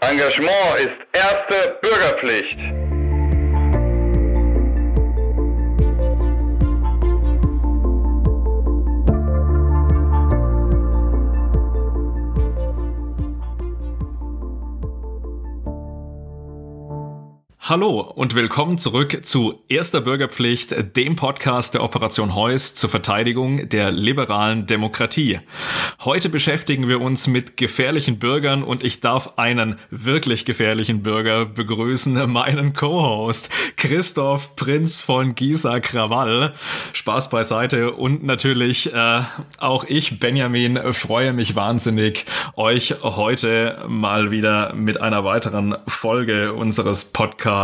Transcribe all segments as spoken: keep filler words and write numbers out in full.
Engagement ist erste Bürgerpflicht. Hallo und willkommen zurück zu Erster Bürgerpflicht, dem Podcast der Operation Heuss zur Verteidigung der liberalen Demokratie. Heute beschäftigen wir uns mit gefährlichen Bürgern und ich darf einen wirklich gefährlichen Bürger begrüßen, meinen Co-Host Christoph Prinz von Gisa-Krawall. Spaß beiseite und natürlich äh, auch ich, Benjamin, freue mich wahnsinnig, euch heute mal wieder mit einer weiteren Folge unseres Podcasts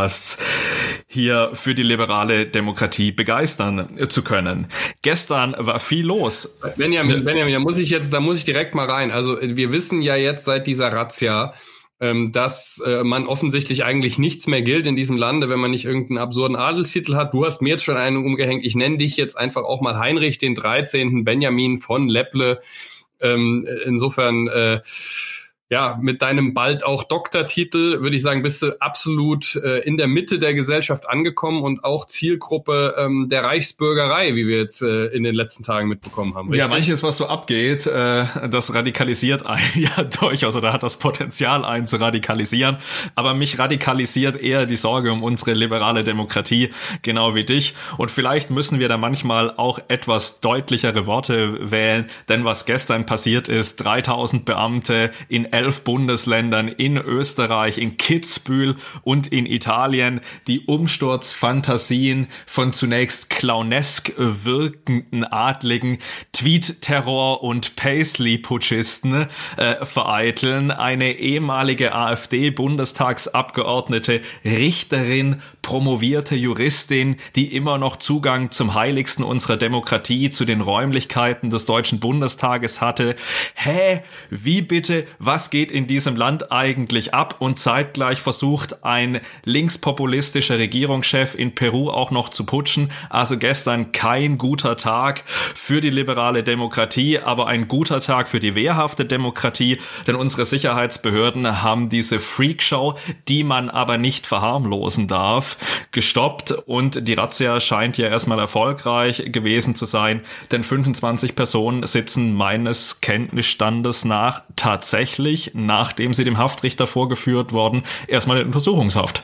hier für die liberale Demokratie begeistern zu können. Gestern war viel los. Benjamin, Benjamin, da muss ich jetzt, da muss ich direkt mal rein. Also wir wissen ja jetzt seit dieser Razzia, ähm, dass äh, man offensichtlich eigentlich nichts mehr gilt in diesem Lande, wenn man nicht irgendeinen absurden Adelstitel hat. Du hast mir jetzt schon einen umgehängt. Ich nenne dich jetzt einfach auch mal Heinrich den dreizehnten Benjamin von Lepple. Ähm, insofern äh, Ja, mit deinem bald auch Doktortitel, würde ich sagen, bist du absolut äh, in der Mitte der Gesellschaft angekommen und auch Zielgruppe ähm, der Reichsbürgerei, wie wir jetzt äh, in den letzten Tagen mitbekommen haben. Richtig? Ja, manches, was so abgeht, äh, das radikalisiert einen ja durchaus oder hat das Potenzial, einen zu radikalisieren. Aber mich radikalisiert eher die Sorge um unsere liberale Demokratie, genau wie dich. Und vielleicht müssen wir da manchmal auch etwas deutlichere Worte wählen, denn was gestern passiert ist, dreitausend Beamte in elf Bundesländern, in Österreich, in Kitzbühel und in Italien, die Umsturzfantasien von zunächst clownesk wirkenden Adligen, Tweet-Terror und Paisley-Putschisten äh, vereiteln. Eine ehemalige AfD-Bundestagsabgeordnete, Richterin, promovierte Juristin, die immer noch Zugang zum Heiligsten unserer Demokratie, zu den Räumlichkeiten des Deutschen Bundestages hatte. Hä? Wie bitte? Was geht in diesem Land eigentlich ab? Und zeitgleich versucht ein linkspopulistischer Regierungschef in Peru auch noch zu putschen. Also gestern kein guter Tag für die liberale Demokratie, aber ein guter Tag für die wehrhafte Demokratie, denn unsere Sicherheitsbehörden haben diese Freakshow, die man aber nicht verharmlosen darf, gestoppt und die Razzia scheint ja erstmal erfolgreich gewesen zu sein, denn fünfundzwanzig Personen sitzen meines Kenntnisstandes nach tatsächlich, nachdem sie dem Haftrichter vorgeführt wurden, erstmal in Untersuchungshaft.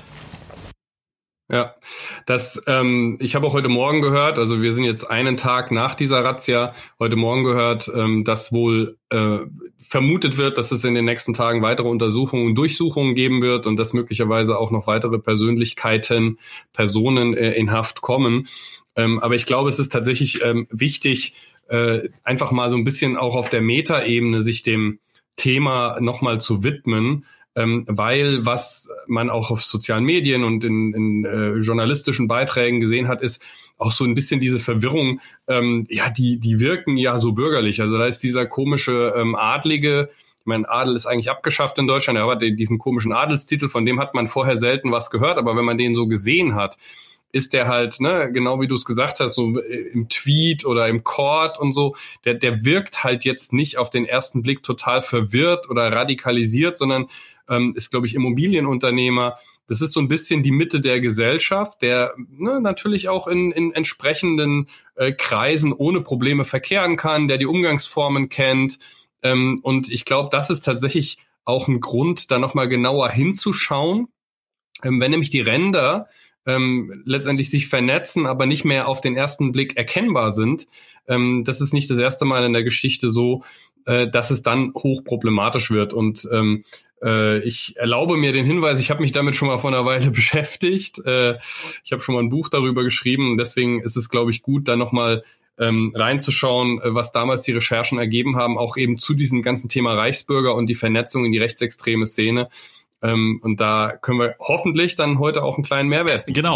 Ja, das, ähm, ich habe auch heute Morgen gehört, also wir sind jetzt einen Tag nach dieser Razzia, heute Morgen gehört, ähm, dass wohl äh, vermutet wird, dass es in den nächsten Tagen weitere Untersuchungen und Durchsuchungen geben wird und dass möglicherweise auch noch weitere Persönlichkeiten, Personen äh, in Haft kommen. Ähm, aber ich glaube, es ist tatsächlich ähm, wichtig, äh, einfach mal so ein bisschen auch auf der Metaebene sich dem Thema nochmal zu widmen, ähm, weil was man auch auf sozialen Medien und in, in äh, journalistischen Beiträgen gesehen hat, ist auch so ein bisschen diese Verwirrung, ähm, ja, die die wirken ja so bürgerlich. Also da ist dieser komische ähm, Adlige, ich meine, Adel ist eigentlich abgeschafft in Deutschland, aber diesen komischen Adelstitel, von dem hat man vorher selten was gehört, aber wenn man den so gesehen hat, ist der halt, ne, genau wie du es gesagt hast, so im Tweet oder im Court und so, der der wirkt halt jetzt nicht auf den ersten Blick total verwirrt oder radikalisiert, sondern ähm, ist, glaube ich, Immobilienunternehmer. Das ist so ein bisschen die Mitte der Gesellschaft, der ne, natürlich auch in, in entsprechenden äh, Kreisen ohne Probleme verkehren kann, der die Umgangsformen kennt. Ähm, und ich glaube, das ist tatsächlich auch ein Grund, da nochmal genauer hinzuschauen, ähm, wenn nämlich die Ränder Ähm, letztendlich sich vernetzen, aber nicht mehr auf den ersten Blick erkennbar sind. Ähm, das ist nicht das erste Mal in der Geschichte so, äh, dass es dann hochproblematisch wird. Und ähm, äh, ich erlaube mir den Hinweis, ich habe mich damit schon mal vor einer Weile beschäftigt. Äh, ich habe schon mal ein Buch darüber geschrieben. Deswegen ist es, glaube ich, gut, da nochmal ähm, reinzuschauen, was damals die Recherchen ergeben haben, auch eben zu diesem ganzen Thema Reichsbürger und die Vernetzung in die rechtsextreme Szene. Ähm, und da können wir hoffentlich dann heute auch einen kleinen Mehrwert bieten. Genau.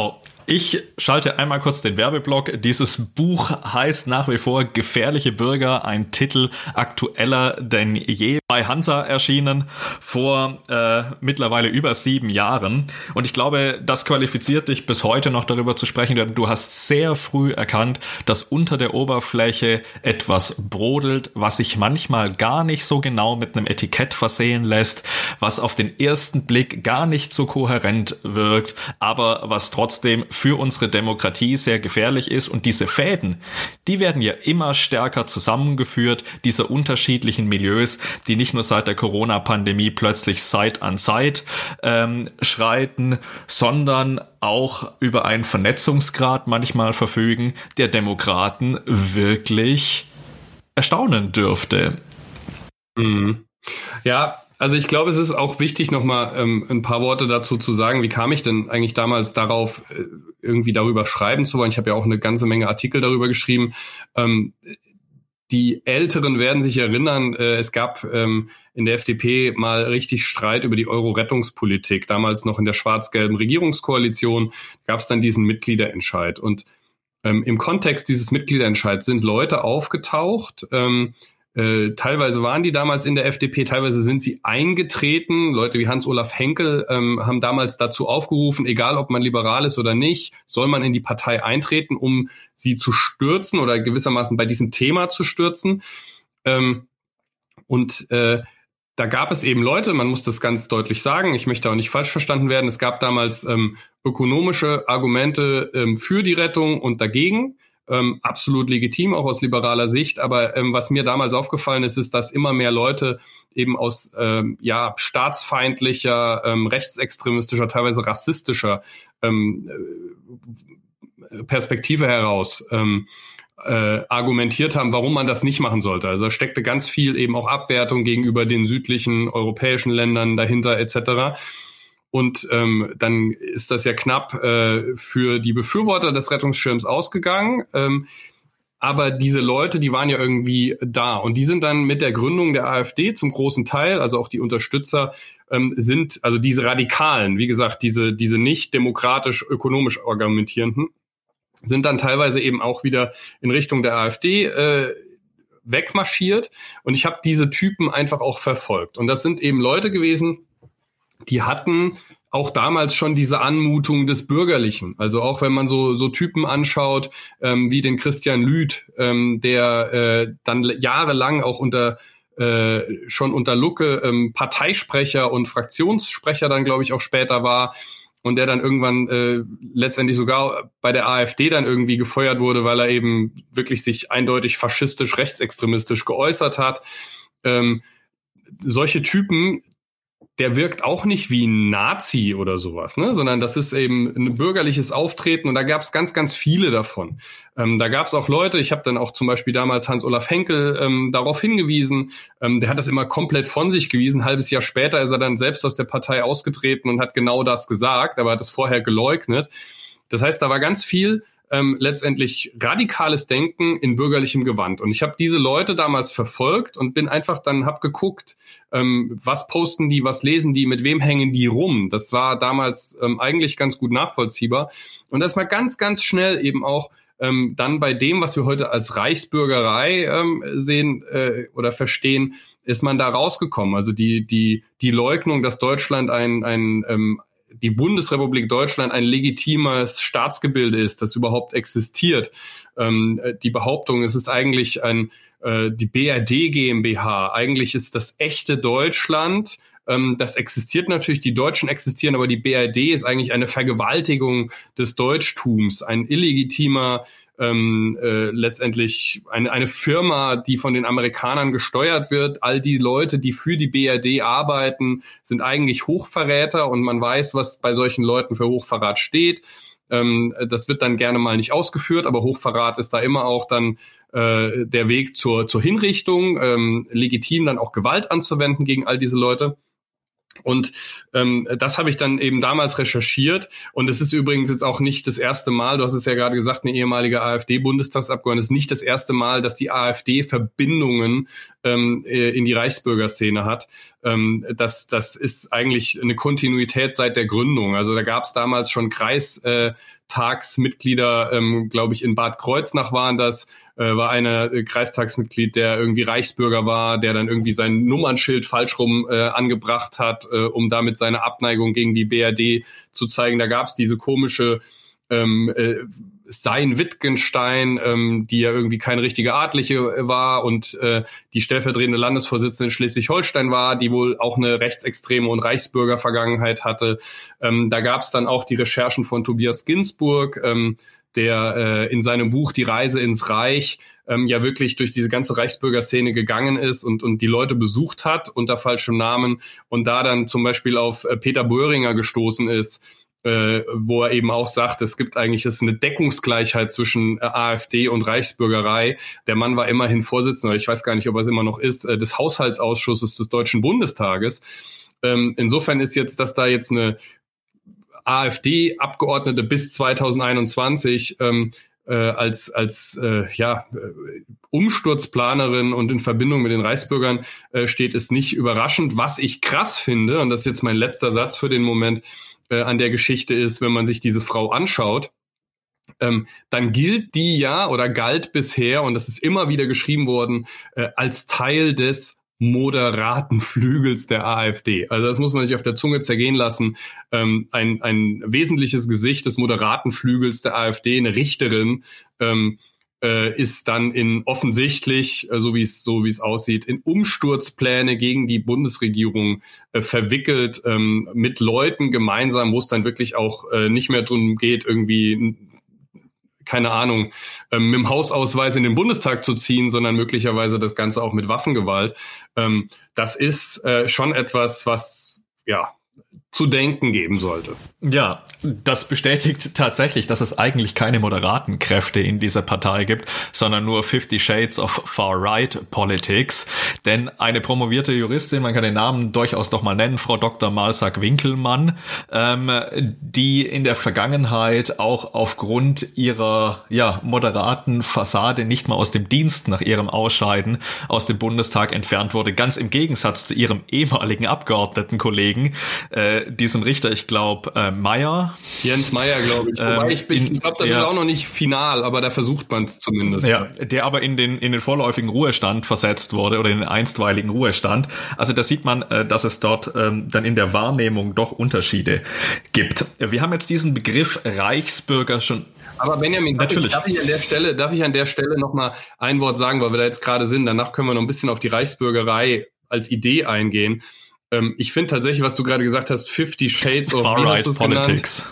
Ich schalte einmal kurz den Werbeblock. Dieses Buch heißt nach wie vor Gefährliche Bürger, ein Titel aktueller denn je. Bei Hansa erschienen vor äh, mittlerweile über sieben Jahren. Und ich glaube, das qualifiziert dich bis heute noch darüber zu sprechen, denn du hast sehr früh erkannt, dass unter der Oberfläche etwas brodelt, was sich manchmal gar nicht so genau mit einem Etikett versehen lässt, was auf den ersten Blick gar nicht so kohärent wirkt, aber was trotzdem für unsere Demokratie sehr gefährlich ist. Und diese Fäden, die werden ja immer stärker zusammengeführt, diese unterschiedlichen Milieus, die nicht nur seit der Corona-Pandemie plötzlich Side an Side ähm, schreiten, sondern auch über einen Vernetzungsgrad manchmal verfügen, der Demokraten wirklich erstaunen dürfte. Mhm. Ja, also ich glaube, es ist auch wichtig, nochmal ähm, ein paar Worte dazu zu sagen. Wie kam ich denn eigentlich damals darauf, äh, irgendwie darüber schreiben zu wollen? Ich habe ja auch eine ganze Menge Artikel darüber geschrieben. Ähm, die Älteren werden sich erinnern, äh, es gab ähm, in der F D P mal richtig Streit über die Euro-Rettungspolitik. Damals noch in der schwarz-gelben Regierungskoalition gab es dann diesen Mitgliederentscheid. Und ähm, im Kontext dieses Mitgliederentscheids sind Leute aufgetaucht, ähm, Äh, teilweise waren die damals in der F D P, teilweise sind sie eingetreten. Leute wie Hans-Olaf Henkel ähm, haben damals dazu aufgerufen, egal ob man liberal ist oder nicht, soll man in die Partei eintreten, um sie zu stürzen oder gewissermaßen bei diesem Thema zu stürzen. Ähm, und äh, da gab es eben Leute, man muss das ganz deutlich sagen, ich möchte auch nicht falsch verstanden werden, es gab damals ähm, ökonomische Argumente ähm, für die Rettung und dagegen. Ähm, absolut legitim, auch aus liberaler Sicht. Aber ähm, was mir damals aufgefallen ist, ist, dass immer mehr Leute eben aus ähm, ja staatsfeindlicher, ähm, rechtsextremistischer, teilweise rassistischer ähm, Perspektive heraus ähm, äh, argumentiert haben, warum man das nicht machen sollte. Also da steckte ganz viel eben auch Abwertung gegenüber den südlichen europäischen Ländern dahinter et cetera. Und ähm, dann ist das ja knapp äh, für die Befürworter des Rettungsschirms ausgegangen. Ähm, aber diese Leute, die waren ja irgendwie da. Und die sind dann mit der Gründung der AfD zum großen Teil, also auch die Unterstützer, ähm, sind, also diese Radikalen, wie gesagt, diese diese nicht demokratisch-ökonomisch argumentierenden, sind dann teilweise eben auch wieder in Richtung der AfD äh, wegmarschiert. Und ich habe diese Typen einfach auch verfolgt. Und das sind eben Leute gewesen, die hatten auch damals schon diese Anmutung des Bürgerlichen. Also auch wenn man so so Typen anschaut, ähm, wie den Christian Lüth, ähm, der äh, dann jahrelang auch unter äh, schon unter Lucke ähm, Parteisprecher und Fraktionssprecher dann, glaube ich, auch später war und der dann irgendwann äh, letztendlich sogar bei der AfD dann irgendwie gefeuert wurde, weil er eben wirklich sich eindeutig faschistisch, rechtsextremistisch geäußert hat. Ähm, solche Typen, der wirkt auch nicht wie ein Nazi oder sowas, ne, sondern das ist eben ein bürgerliches Auftreten und da gab es ganz, ganz viele davon. Ähm, da gab es auch Leute, ich habe dann auch zum Beispiel damals Hans-Olaf Henkel ähm, darauf hingewiesen, ähm, der hat das immer komplett von sich gewiesen. Ein halbes Jahr später ist er dann selbst aus der Partei ausgetreten und hat genau das gesagt, aber hat es vorher geleugnet. Das heißt, da war ganz viel Ähm, letztendlich radikales Denken in bürgerlichem Gewand. Und ich habe diese Leute damals verfolgt und bin einfach dann, hab geguckt, ähm, was posten die, was lesen die, mit wem hängen die rum. Das war damals ähm, eigentlich ganz gut nachvollziehbar. Und das mal ganz, ganz schnell eben auch ähm, dann bei dem, was wir heute als Reichsbürgerei ähm, sehen äh, oder verstehen, ist man da rausgekommen. Also die die die Leugnung, dass Deutschland ein ein ähm, die Bundesrepublik Deutschland ein legitimes Staatsgebilde ist, das überhaupt existiert. Ähm, die Behauptung, es ist eigentlich ein äh, die B R D GmbH, eigentlich ist das echte Deutschland. Ähm, das existiert natürlich, die Deutschen existieren, aber die B R D ist eigentlich eine Vergewaltigung des Deutschtums, ein illegitimer Ähm, äh, letztendlich eine, eine Firma, die von den Amerikanern gesteuert wird. All die Leute, die für die B R D arbeiten, sind eigentlich Hochverräter und man weiß, was bei solchen Leuten für Hochverrat steht. Ähm, das wird dann gerne mal nicht ausgeführt, aber Hochverrat ist da immer auch dann äh, der Weg zur, zur Hinrichtung, ähm, legitim dann auch Gewalt anzuwenden gegen all diese Leute. Und ähm, das habe ich dann eben damals recherchiert. Und es ist übrigens jetzt auch nicht das erste Mal, du hast es ja gerade gesagt, eine ehemalige AfD-Bundestagsabgeordnete, es ist nicht das erste Mal, dass die AfD Verbindungen ähm, in die Reichsbürgerszene hat. Ähm, das, das ist eigentlich eine Kontinuität seit der Gründung. Also da gab es damals schon Kreis äh, Kreistagsmitglieder, ähm, glaube ich, in Bad Kreuznach waren das, äh, war einer äh, Kreistagsmitglied, der irgendwie Reichsbürger war, der dann irgendwie sein Nummernschild falsch rum äh, angebracht hat, äh, um damit seine Abneigung gegen die B R D zu zeigen. Da gab es diese komische ähm, äh, Sein Wittgenstein, ähm, die ja irgendwie keine richtige Adlige war und äh, die stellvertretende Landesvorsitzende in Schleswig-Holstein war, die wohl auch eine rechtsextreme und Reichsbürger-Vergangenheit hatte. Ähm, da gab es dann auch die Recherchen von Tobias Ginsburg, ähm, der äh, in seinem Buch Die Reise ins Reich ähm, ja wirklich durch diese ganze Reichsbürgerszene gegangen ist und und die Leute besucht hat unter falschem Namen und da dann zum Beispiel auf äh, Peter Böhringer gestoßen ist, Äh, wo er eben auch sagt, es gibt eigentlich es ist eine Deckungsgleichheit zwischen äh, AfD und Reichsbürgerei. Der Mann war immerhin Vorsitzender, ich weiß gar nicht, ob er es immer noch ist, äh, des Haushaltsausschusses des Deutschen Bundestages. Ähm, insofern ist jetzt, dass da jetzt eine AfD-Abgeordnete bis zweitausendeinundzwanzig ähm, äh, als als äh, ja äh, Umsturzplanerin und in Verbindung mit den Reichsbürgern äh, steht, ist nicht überraschend. Was ich krass finde, und das ist jetzt mein letzter Satz für den Moment, an der Geschichte ist, wenn man sich diese Frau anschaut, ähm, dann gilt die ja oder galt bisher, und das ist immer wieder geschrieben worden, äh, als Teil des moderaten Flügels der AfD. Also das muss man sich auf der Zunge zergehen lassen. Ähm, ein, ein wesentliches Gesicht des moderaten Flügels der AfD, eine Richterin, ähm, ist dann in offensichtlich, so wie es so wie es aussieht, in Umsturzpläne gegen die Bundesregierung äh, verwickelt, ähm, mit Leuten gemeinsam, wo es dann wirklich auch äh, nicht mehr drum geht, irgendwie, keine Ahnung, ähm, mit dem Hausausweis in den Bundestag zu ziehen, sondern möglicherweise das Ganze auch mit Waffengewalt. Ähm, das ist äh, schon etwas, was, ja, zu denken geben sollte. Ja, das bestätigt tatsächlich, dass es eigentlich keine moderaten Kräfte in dieser Partei gibt, sondern nur Fifty Shades of Far-Right Politics. Denn eine promovierte Juristin, man kann den Namen durchaus doch mal nennen, Frau Doktor Malsack-Winkelmann, ähm, die in der Vergangenheit auch aufgrund ihrer ja moderaten Fassade nicht mal aus dem Dienst nach ihrem Ausscheiden aus dem Bundestag entfernt wurde, ganz im Gegensatz zu ihrem ehemaligen Abgeordnetenkollegen, äh, diesem Richter, ich glaube, äh, Meyer. Jens Meyer, glaube ich. Wobei ähm, ich, ich glaube, das ja, ist auch noch nicht final, aber da versucht man es zumindest. Ja, der aber in den in den vorläufigen Ruhestand versetzt wurde oder in den einstweiligen Ruhestand. Also da sieht man, äh, dass es dort ähm, dann in der Wahrnehmung doch Unterschiede gibt. Wir haben jetzt diesen Begriff Reichsbürger schon. Aber Benjamin, natürlich. Darf ich an der Stelle, darf ich an der Stelle noch mal ein Wort sagen, weil wir da jetzt gerade sind. Danach können wir noch ein bisschen auf die Reichsbürgerei als Idee eingehen. Ich finde tatsächlich, was du gerade gesagt hast, Fifty Shades of Far-Right Politics.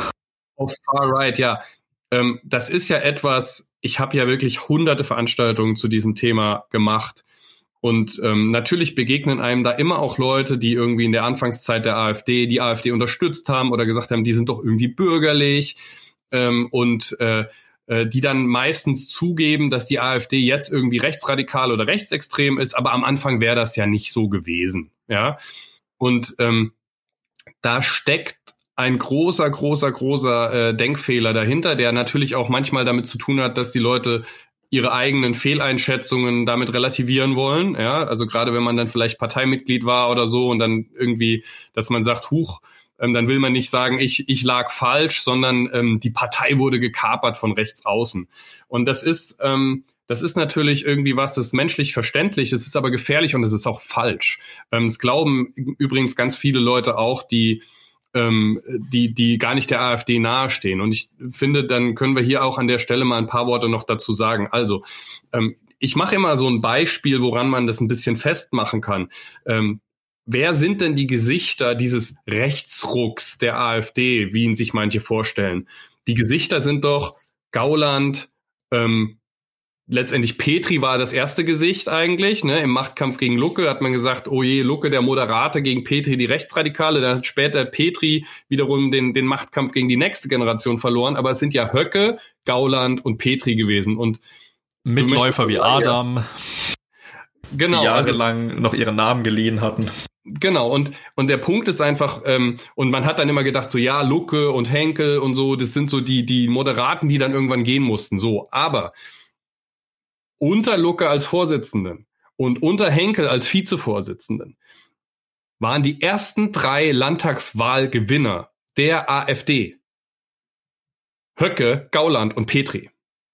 Of Far-Right, ja. Das ist ja etwas, ich habe ja wirklich hunderte Veranstaltungen zu diesem Thema gemacht. Und ähm, natürlich begegnen einem da immer auch Leute, die irgendwie in der Anfangszeit der AfD die AfD unterstützt haben oder gesagt haben, die sind doch irgendwie bürgerlich. Ähm, und äh, die dann meistens zugeben, dass die AfD jetzt irgendwie rechtsradikal oder rechtsextrem ist, aber am Anfang wäre das ja nicht so gewesen. Ja, und ähm, da steckt ein großer, großer, großer äh, Denkfehler dahinter, der natürlich auch manchmal damit zu tun hat, dass die Leute ihre eigenen Fehleinschätzungen damit relativieren wollen. Ja, also gerade wenn man dann vielleicht Parteimitglied war oder so und dann irgendwie, dass man sagt, huch, ähm, dann will man nicht sagen, ich ich lag falsch, sondern ähm, die Partei wurde gekapert von rechts außen. Und das ist ähm, das ist natürlich irgendwie was, das ist menschlich verständlich, es ist aber gefährlich und es ist auch falsch. Ähm, es glauben übrigens ganz viele Leute auch, die ähm, die die gar nicht der AfD nahestehen. Und ich finde, dann können wir hier auch an der Stelle mal ein paar Worte noch dazu sagen. Also ähm, ich mache immer so ein Beispiel, woran man das ein bisschen festmachen kann. Ähm, Wer sind denn die Gesichter dieses Rechtsrucks der AfD, wie ihn sich manche vorstellen? Die Gesichter sind doch Gauland, ähm, letztendlich Petri war das erste Gesicht eigentlich. Ne? Im Machtkampf gegen Lucke hat man gesagt, oh je, Lucke, der Moderate, gegen Petri, die Rechtsradikale. Dann hat später Petri wiederum den, den Machtkampf gegen die nächste Generation verloren. Aber es sind ja Höcke, Gauland und Petri gewesen. Und Mitläufer wie Adam, genau, die jahrelang also, noch ihren Namen geliehen hatten. Genau, und und der Punkt ist einfach, ähm, und man hat dann immer gedacht, so ja, Lucke und Henkel und so, das sind so die die Moderaten, die dann irgendwann gehen mussten. So, aber unter Lucke als Vorsitzenden und unter Henkel als Vizevorsitzenden waren die ersten drei Landtagswahlgewinner der AfD. Höcke, Gauland und Petri.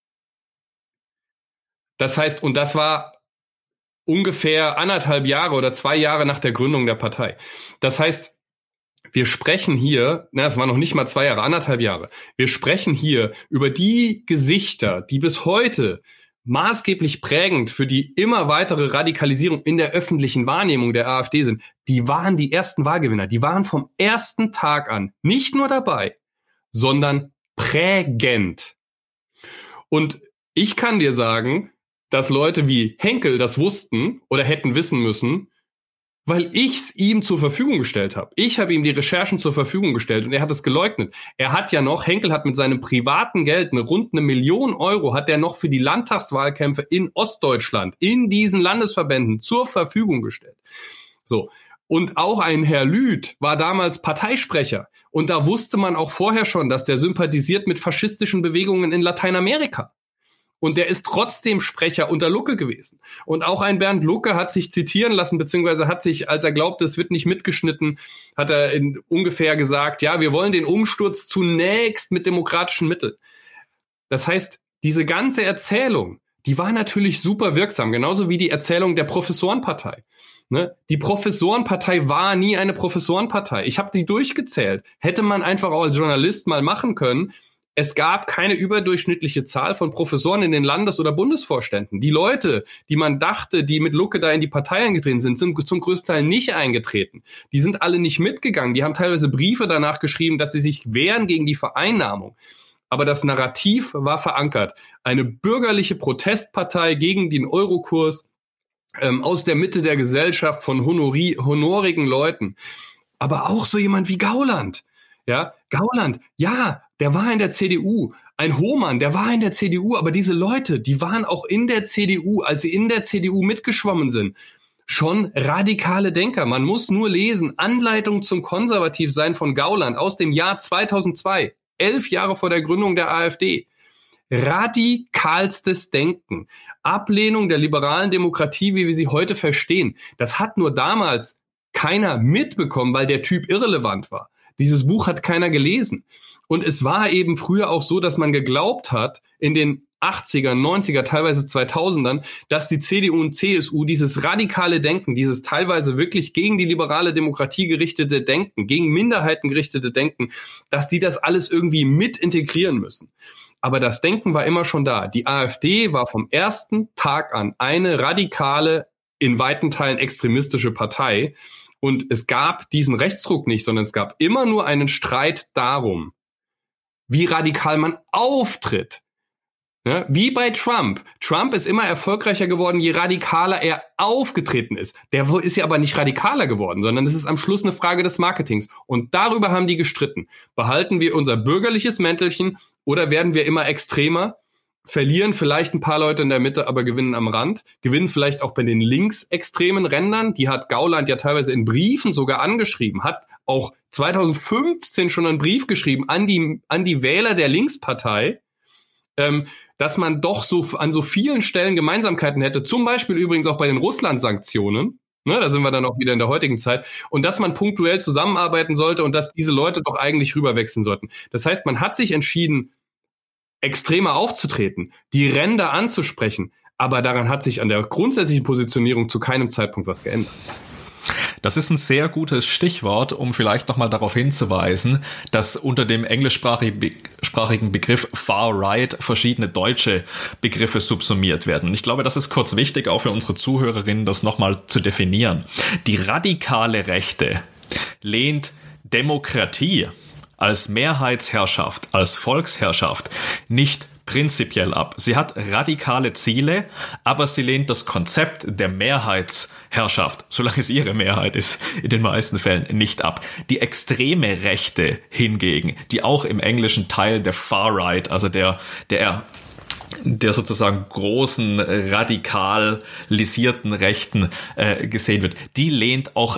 Das heißt, und das war ungefähr anderthalb Jahre oder zwei Jahre nach der Gründung der Partei. Das heißt, wir sprechen hier, na, es waren noch nicht mal zwei Jahre, anderthalb Jahre. Wir sprechen hier über die Gesichter, die bis heute maßgeblich prägend für die immer weitere Radikalisierung in der öffentlichen Wahrnehmung der AfD sind. Die waren die ersten Wahlgewinner. Die waren vom ersten Tag an nicht nur dabei, sondern prägend. Und ich kann dir sagen, dass Leute wie Henkel das wussten oder hätten wissen müssen, weil ich es ihm zur Verfügung gestellt habe. Ich habe ihm die Recherchen zur Verfügung gestellt und er hat es geleugnet. Er hat ja noch, Henkel hat mit seinem privaten Geld, eine rund eine Million Euro, hat er noch für die Landtagswahlkämpfe in Ostdeutschland, in diesen Landesverbänden zur Verfügung gestellt. So. Und auch ein Herr Lüth war damals Parteisprecher. Und da wusste man auch vorher schon, dass der sympathisiert mit faschistischen Bewegungen in Lateinamerika. Und der ist trotzdem Sprecher unter Lucke gewesen. Und auch ein Bernd Lucke hat sich zitieren lassen, beziehungsweise hat sich, als er glaubte, es wird nicht mitgeschnitten, hat er in ungefähr gesagt, ja, wir wollen den Umsturz zunächst mit demokratischen Mitteln. Das heißt, diese ganze Erzählung, die war natürlich super wirksam, genauso wie die Erzählung der Professorenpartei. Ne? Die Professorenpartei war nie eine Professorenpartei. Ich habe die durchgezählt. Hätte man einfach auch als Journalist mal machen können. Es gab keine überdurchschnittliche Zahl von Professoren in den Landes- oder Bundesvorständen. Die Leute, die man dachte, die mit Lucke da in die Partei eingetreten sind, sind zum größten Teil nicht eingetreten. Die sind alle nicht mitgegangen. Die haben teilweise Briefe danach geschrieben, dass sie sich wehren gegen die Vereinnahmung. Aber das Narrativ war verankert. Eine bürgerliche Protestpartei gegen den Eurokurs ähm, aus der Mitte der Gesellschaft von honori- honorigen Leuten. Aber auch so jemand wie Gauland. Ja, Gauland, ja, der war in der C D U. Ein Hohmann, der war in der C D U. Aber diese Leute, die waren auch in der C D U, als sie in der C D U mitgeschwommen sind, schon radikale Denker. Man muss nur lesen, Anleitung zum Konservativsein von Gauland aus dem Jahr zweitausendzwei, elf Jahre vor der Gründung der AfD. Radikalstes Denken, Ablehnung der liberalen Demokratie, wie wir sie heute verstehen. Das hat nur damals keiner mitbekommen, weil der Typ irrelevant war. Dieses Buch hat keiner gelesen. Und es war eben früher auch so, dass man geglaubt hat, in den achtziger, neunziger, teilweise zweitausendern, dass die C D U und C S U dieses radikale Denken, dieses teilweise wirklich gegen die liberale Demokratie gerichtete Denken, gegen Minderheiten gerichtete Denken, dass die das alles irgendwie mit integrieren müssen. Aber das Denken war immer schon da. Die AfD war vom ersten Tag an eine radikale, in weiten Teilen extremistische Partei. Und es gab diesen Rechtsruck nicht, sondern es gab immer nur einen Streit darum, wie radikal man auftritt. Ja, wie bei Trump. Trump ist immer erfolgreicher geworden, je radikaler er aufgetreten ist. Der ist ja aber nicht radikaler geworden, sondern es ist am Schluss eine Frage des Marketings. Und darüber haben die gestritten. Behalten wir unser bürgerliches Mäntelchen oder werden wir immer extremer? Verlieren vielleicht ein paar Leute in der Mitte, aber gewinnen am Rand. Gewinnen vielleicht auch bei den linksextremen Rändern. Die hat Gauland ja teilweise in Briefen sogar angeschrieben. Hat auch zweitausendfünfzehn schon einen Brief geschrieben an die, an die Wähler der Linkspartei, ähm, dass man doch so an so vielen Stellen Gemeinsamkeiten hätte. Zum Beispiel übrigens auch bei den Russland-Sanktionen. Ne, da sind wir dann auch wieder in der heutigen Zeit. Und dass man punktuell zusammenarbeiten sollte und dass diese Leute doch eigentlich rüberwechseln sollten. Das heißt, man hat sich entschieden, extremer aufzutreten, die Ränder anzusprechen, aber daran hat sich an der grundsätzlichen Positionierung zu keinem Zeitpunkt was geändert. Das ist ein sehr gutes Stichwort, um vielleicht nochmal darauf hinzuweisen, dass unter dem englischsprachigen Begriff Far Right verschiedene deutsche Begriffe subsumiert werden. Und ich glaube, das ist kurz wichtig, auch für unsere Zuhörerinnen, das nochmal zu definieren. Die radikale Rechte lehnt Demokratie als Mehrheitsherrschaft, als Volksherrschaft nicht prinzipiell ab. Sie hat radikale Ziele, aber sie lehnt das Konzept der Mehrheitsherrschaft, solange es ihre Mehrheit ist, in den meisten Fällen nicht ab. Die extreme Rechte hingegen, die auch im englischen Teil der Far Right, also der, der der sozusagen großen, radikalisierten Rechten äh, gesehen wird, die lehnt auch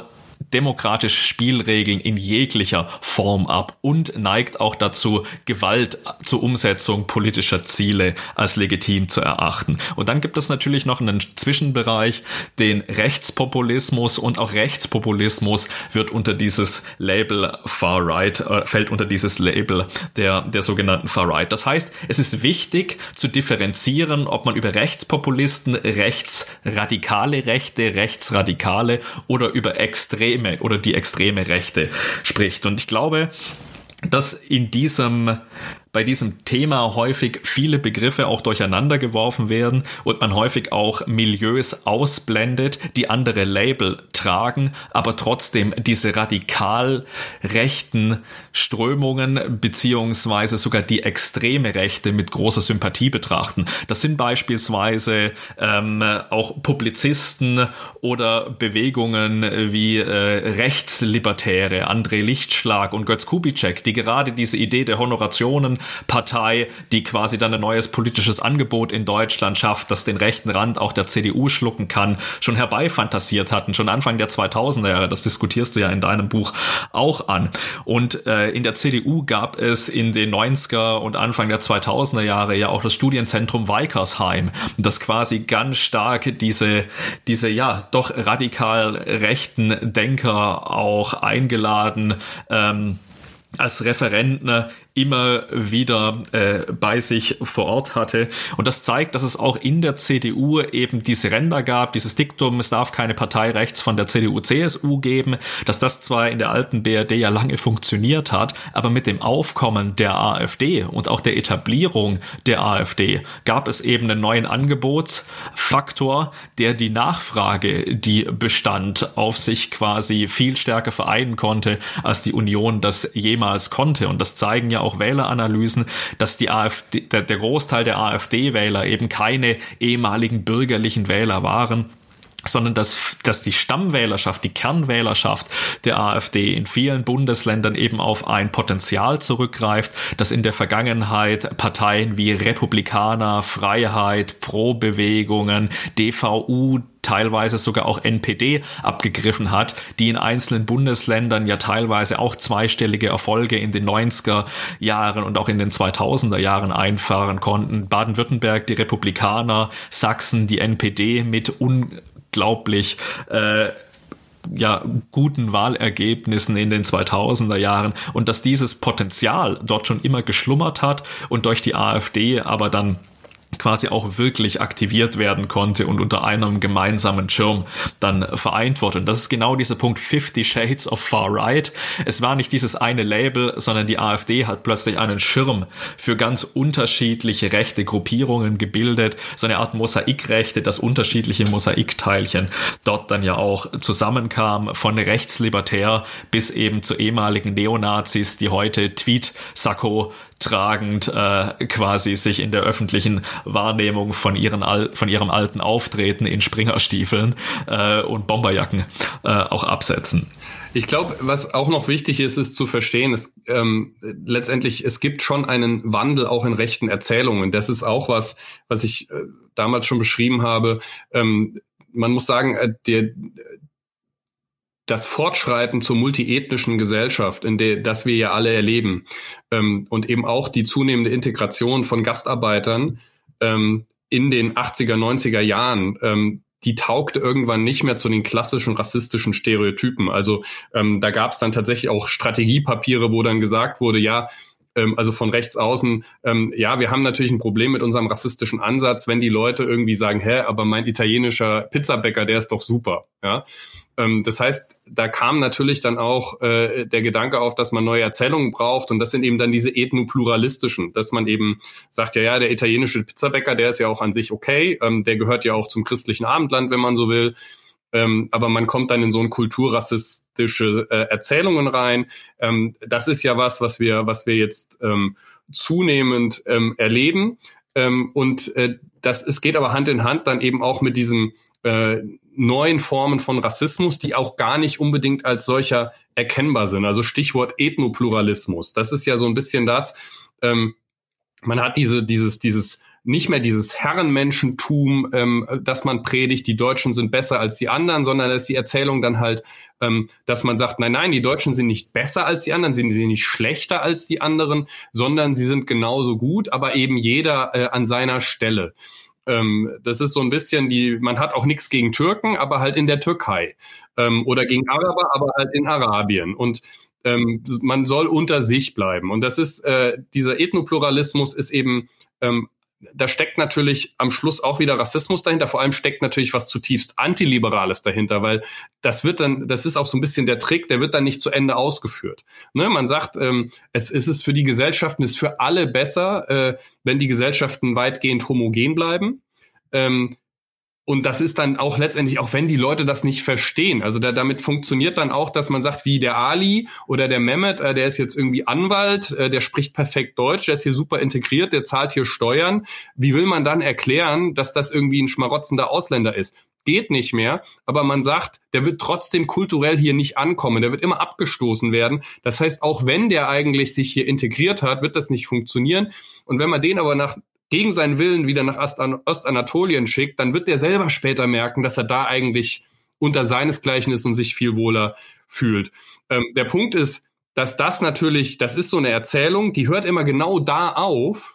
demokratische Spielregeln in jeglicher Form ab und neigt auch dazu, Gewalt zur Umsetzung politischer Ziele als legitim zu erachten. Und dann gibt es natürlich noch einen Zwischenbereich, den Rechtspopulismus, und auch Rechtspopulismus wird unter dieses Label Far-Right, äh, fällt unter dieses Label der, der sogenannten Far-Right. Das heißt, es ist wichtig zu differenzieren, ob man über Rechtspopulisten, rechtsradikale Rechte, rechtsradikale oder über extreme oder die extreme Rechte spricht. Und ich glaube, dass in diesem bei diesem Thema häufig viele Begriffe auch durcheinander geworfen werden und man häufig auch Milieus ausblendet, die andere Label tragen, aber trotzdem diese radikal rechten Strömungen beziehungsweise sogar die extreme Rechte mit großer Sympathie betrachten. Das sind beispielsweise ähm, auch Publizisten oder Bewegungen wie äh, Rechtslibertäre, André Lichtschlag und Götz Kubitschek, die gerade diese Idee der Honorationen Partei, die quasi dann ein neues politisches Angebot in Deutschland schafft, das den rechten Rand auch der C D U schlucken kann, schon herbeifantasiert hatten, schon Anfang der zweitausender Jahre. Das diskutierst du ja in deinem Buch auch an. Und äh, in der C D U gab es in den neunziger und Anfang der zweitausender Jahre ja auch das Studienzentrum Weikersheim, das quasi ganz stark diese, diese ja doch radikal rechten Denker auch eingeladen, ähm, als Referenten immer wieder äh, bei sich vor Ort hatte. Und das zeigt, dass es auch in der C D U eben diese Ränder gab, dieses Diktum, es darf keine Partei rechts von der C D U C S U geben, dass das zwar in der alten B R D ja lange funktioniert hat, aber mit dem Aufkommen der AfD und auch der Etablierung der AfD gab es eben einen neuen Angebotsfaktor, der die Nachfrage, die bestand, auf sich quasi viel stärker vereinen konnte, als die Union das jemals konnte. Und das zeigen ja auch Wähleranalysen, dass die AfD, der, der Großteil der AfD-Wähler eben keine ehemaligen bürgerlichen Wähler waren, sondern dass, dass die Stammwählerschaft, die Kernwählerschaft der AfD in vielen Bundesländern eben auf ein Potenzial zurückgreift, das in der Vergangenheit Parteien wie Republikaner, Freiheit, Pro-Bewegungen, D V U, teilweise sogar auch N P D abgegriffen hat, die in einzelnen Bundesländern ja teilweise auch zweistellige Erfolge in den neunziger Jahren und auch in den zweitausender Jahren einfahren konnten. Baden-Württemberg, die Republikaner, Sachsen, die N P D mit unglaublich äh, ja, guten Wahlergebnissen in den zweitausender Jahren, und dass dieses Potenzial dort schon immer geschlummert hat und durch die AfD aber dann quasi auch wirklich aktiviert werden konnte und unter einem gemeinsamen Schirm dann vereint wurde. Und das ist genau dieser Punkt Fifty Shades of Far Right. Es war nicht dieses eine Label, sondern die AfD hat plötzlich einen Schirm für ganz unterschiedliche rechte Gruppierungen gebildet, so eine Art Mosaikrechte, dass unterschiedliche Mosaikteilchen dort dann ja auch zusammenkamen, von rechtslibertär bis eben zu ehemaligen Neonazis, die heute Tweet-Sakko tragend äh, quasi sich in der öffentlichen Wahrnehmung von ihren Al- von ihrem alten Auftreten in Springerstiefeln äh, und Bomberjacken äh, auch absetzen. Ich glaube, was auch noch wichtig ist, ist zu verstehen, es, ähm, letztendlich, es gibt schon einen Wandel auch in rechten Erzählungen. Das ist auch was, was ich äh, damals schon beschrieben habe. Ähm, man muss sagen, äh, der das Fortschreiten zur multiethnischen Gesellschaft, in der das wir ja alle erleben, ähm, und eben auch die zunehmende Integration von Gastarbeitern ähm, in den achtziger, neunziger Jahren, ähm, die taugte irgendwann nicht mehr zu den klassischen rassistischen Stereotypen. Also ähm, da gab es dann tatsächlich auch Strategiepapiere, wo dann gesagt wurde, ja, ähm, also von rechts außen, ähm, ja, wir haben natürlich ein Problem mit unserem rassistischen Ansatz, wenn die Leute irgendwie sagen, hä, aber mein italienischer Pizzabäcker, der ist doch super, ja. Das heißt, da kam natürlich dann auch äh, der Gedanke auf, dass man neue Erzählungen braucht, und das sind eben dann diese ethnopluralistischen, dass man eben sagt, ja, ja, der italienische Pizzabäcker, der ist ja auch an sich okay, ähm, der gehört ja auch zum christlichen Abendland, wenn man so will, ähm, aber man kommt dann in so ein kulturrassistische äh, Erzählungen rein. Ähm, das ist ja was, was wir, was wir jetzt ähm, zunehmend ähm, erleben, ähm, und äh, das es geht aber Hand in Hand dann eben auch mit diesem äh, neuen Formen von Rassismus, die auch gar nicht unbedingt als solcher erkennbar sind. Also Stichwort Ethnopluralismus. Das ist ja so ein bisschen das, ähm, man hat diese, dieses, dieses nicht mehr dieses Herrenmenschentum, ähm, dass man predigt, die Deutschen sind besser als die anderen, sondern dass die Erzählung dann halt, ähm, dass man sagt, nein, nein, die Deutschen sind nicht besser als die anderen, sind sie nicht schlechter als die anderen, sondern sie sind genauso gut, aber eben jeder äh, an seiner Stelle. Ähm, das ist so ein bisschen die, man hat auch nichts gegen Türken, aber halt in der Türkei. Ähm, oder gegen Araber, aber halt in Arabien. Und ähm, man soll unter sich bleiben. Und das ist, äh, dieser Ethnopluralismus ist eben, ähm, da steckt natürlich am Schluss auch wieder Rassismus dahinter. Vor allem steckt natürlich was zutiefst Antiliberales dahinter, weil das wird dann, das ist auch so ein bisschen der Trick, der wird dann nicht zu Ende ausgeführt. Ne? Man sagt, ähm, es, es ist für die Gesellschaften, es ist für alle besser, äh, wenn die Gesellschaften weitgehend homogen bleiben. Ähm, Und das ist dann auch letztendlich, auch wenn die Leute das nicht verstehen. Also da, damit funktioniert dann auch, dass man sagt, wie der Ali oder der Mehmet, äh, der ist jetzt irgendwie Anwalt, äh, der spricht perfekt Deutsch, der ist hier super integriert, der zahlt hier Steuern. Wie will man dann erklären, dass das irgendwie ein schmarotzender Ausländer ist? Geht nicht mehr, aber man sagt, der wird trotzdem kulturell hier nicht ankommen, der wird immer abgestoßen werden. Das heißt, auch wenn der eigentlich sich hier integriert hat, wird das nicht funktionieren. Und wenn man den aber nach gegen seinen Willen wieder nach Ostanatolien schickt, dann wird der selber später merken, dass er da eigentlich unter seinesgleichen ist und sich viel wohler fühlt. Ähm, der Punkt ist, dass das natürlich, das ist so eine Erzählung, die hört immer genau da auf,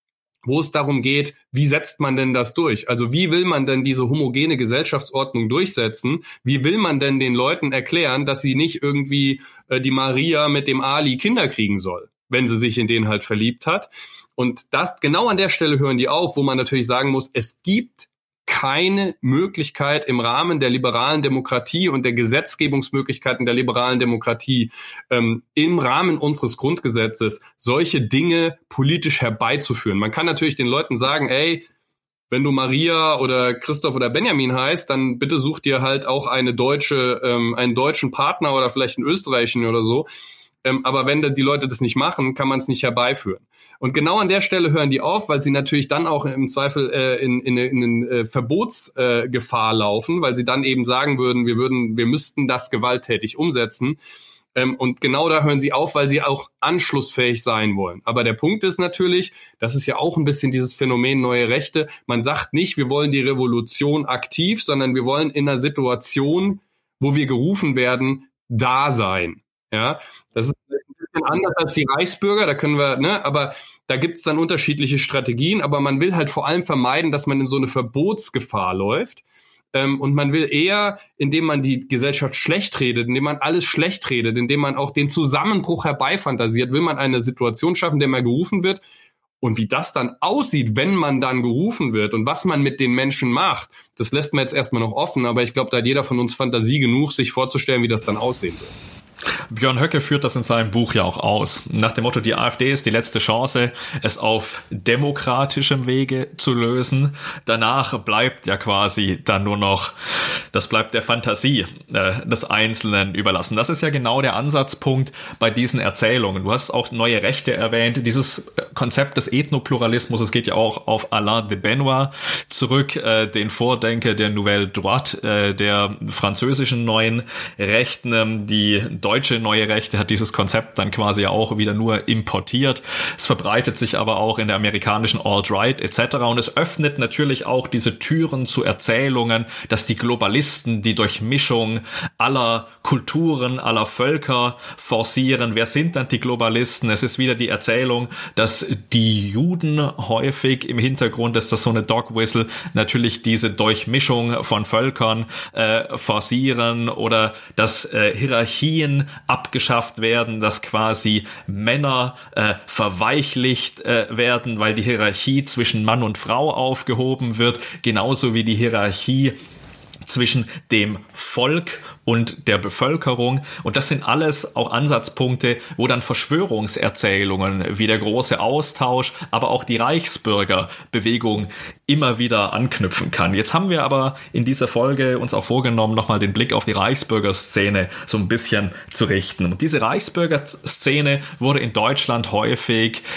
wo es darum geht, wie setzt man denn das durch? Also wie will man denn diese homogene Gesellschaftsordnung durchsetzen? Wie will man denn den Leuten erklären, dass sie nicht irgendwie äh, die Maria mit dem Ali Kinder kriegen soll, wenn sie sich in den halt verliebt hat? Und das, genau an der Stelle hören die auf, wo man natürlich sagen muss, es gibt keine Möglichkeit im Rahmen der liberalen Demokratie und der Gesetzgebungsmöglichkeiten der liberalen Demokratie, ähm, im Rahmen unseres Grundgesetzes solche Dinge politisch herbeizuführen. Man kann natürlich den Leuten sagen, ey, wenn du Maria oder Christoph oder Benjamin heißt, dann bitte such dir halt auch eine deutsche, ähm, einen deutschen Partner oder vielleicht einen österreichischen oder so. Ähm, aber wenn die Leute das nicht machen, kann man es nicht herbeiführen. Und genau an der Stelle hören die auf, weil sie natürlich dann auch im Zweifel äh, in, in, in eine äh, Verbotsgefahr äh, laufen, weil sie dann eben sagen würden, wir würden, wir müssten das gewalttätig umsetzen. Ähm, und genau da hören sie auf, weil sie auch anschlussfähig sein wollen. Aber der Punkt ist natürlich, das ist ja auch ein bisschen dieses Phänomen neue Rechte. Man sagt nicht, wir wollen die Revolution aktiv, sondern wir wollen in einer Situation, wo wir gerufen werden, da sein. Ja, das ist ein bisschen anders als die Reichsbürger, da können wir, ne, aber da gibt es dann unterschiedliche Strategien, aber man will halt vor allem vermeiden, dass man in so eine Verbotsgefahr läuft. Ähm, und man will eher, indem man die Gesellschaft schlecht redet, indem man alles schlecht redet, indem man auch den Zusammenbruch herbeifantasiert, will man eine Situation schaffen, in der man gerufen wird. Und wie das dann aussieht, wenn man dann gerufen wird und was man mit den Menschen macht, das lässt man jetzt erstmal noch offen, aber ich glaube, da hat jeder von uns Fantasie genug, sich vorzustellen, wie das dann aussehen wird. Björn Höcke führt das in seinem Buch ja auch aus. Nach dem Motto, die AfD ist die letzte Chance, es auf demokratischem Wege zu lösen. Danach bleibt ja quasi dann nur noch, das bleibt der Fantasie äh, des Einzelnen überlassen. Das ist ja genau der Ansatzpunkt bei diesen Erzählungen. Du hast auch neue Rechte erwähnt. Dieses Konzept des Ethnopluralismus, es geht ja auch auf Alain de Benoist zurück, äh, den Vordenker der Nouvelle Droite, äh, der französischen neuen Rechten, die deutsche neue Rechte hat dieses Konzept dann quasi auch wieder nur importiert. Es verbreitet sich aber auch in der amerikanischen Alt-Right et cetera. Und es öffnet natürlich auch diese Türen zu Erzählungen, dass die Globalisten die Durchmischung aller Kulturen, aller Völker forcieren. Wer sind dann die Globalisten? Es ist wieder die Erzählung, dass die Juden häufig im Hintergrund, ist das so eine Dog Whistle, natürlich diese Durchmischung von Völkern äh, forcieren oder dass äh, Hierarchien abgeschafft werden, dass quasi Männer äh, verweichlicht äh, werden, weil die Hierarchie zwischen Mann und Frau aufgehoben wird, genauso wie die Hierarchie zwischen dem Volk und der Bevölkerung. Und das sind alles auch Ansatzpunkte, wo dann Verschwörungserzählungen wie der große Austausch, aber auch die Reichsbürgerbewegung immer wieder anknüpfen kann. Jetzt haben wir aber in dieser Folge uns auch vorgenommen, nochmal den Blick auf die Reichsbürgerszene so ein bisschen zu richten. Und diese Reichsbürgerszene wurde in Deutschland häufig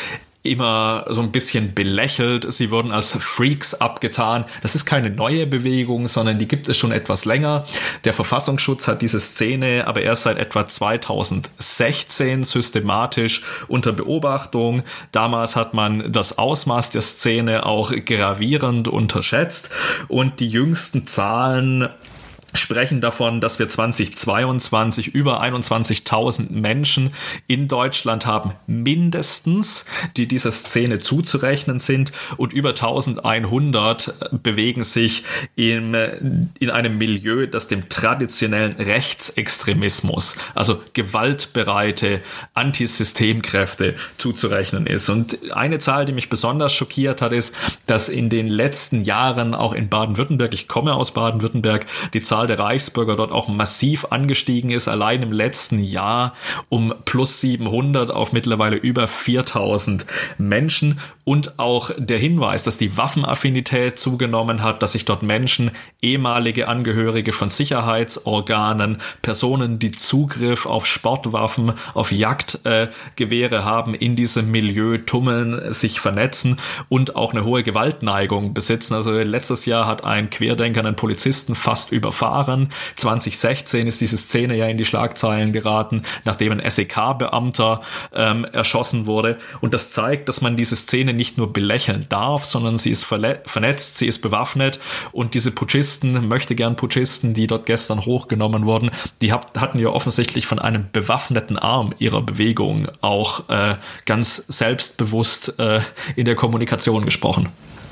immer so ein bisschen belächelt. Sie wurden als Freaks abgetan. Das ist keine neue Bewegung, sondern die gibt es schon etwas länger. Der Verfassungsschutz hat diese Szene aber erst seit etwa zweitausendsechzehn systematisch unter Beobachtung. Damals hat man das Ausmaß der Szene auch gravierend unterschätzt und die jüngsten Zahlen sprechen davon, dass wir zweitausendzweiundzwanzig über einundzwanzigtausend Menschen in Deutschland haben, mindestens, die dieser Szene zuzurechnen sind, und über eintausendeinhundert bewegen sich in, in einem Milieu, das dem traditionellen Rechtsextremismus, also gewaltbereite Antisystemkräfte zuzurechnen ist. Und eine Zahl, die mich besonders schockiert hat, ist, dass in den letzten Jahren auch in Baden-Württemberg, ich komme aus Baden-Württemberg, die Zahl der Reichsbürger dort auch massiv angestiegen ist, allein im letzten Jahr um plus siebenhundert auf mittlerweile über viertausend Menschen, und auch der Hinweis, dass die Waffenaffinität zugenommen hat, dass sich dort Menschen, ehemalige Angehörige von Sicherheitsorganen, Personen, die Zugriff auf Sportwaffen, auf Jagdgewehre äh, haben, in diesem Milieu tummeln, sich vernetzen und auch eine hohe Gewaltneigung besitzen. Also letztes Jahr hat ein Querdenker einen Polizisten fast überfahren. zwanzig sechzehn ist diese Szene ja in die Schlagzeilen geraten, nachdem ein S E K-Beamter ähm, erschossen wurde. Und das zeigt, dass man diese Szene nicht nur belächeln darf, sondern sie ist verle- vernetzt, sie ist bewaffnet, und diese Putschisten, möchte gern Putschisten, die dort gestern hochgenommen wurden, die hab, hatten ja offensichtlich von einem bewaffneten Arm ihrer Bewegung auch äh, ganz selbstbewusst äh, in der Kommunikation gesprochen.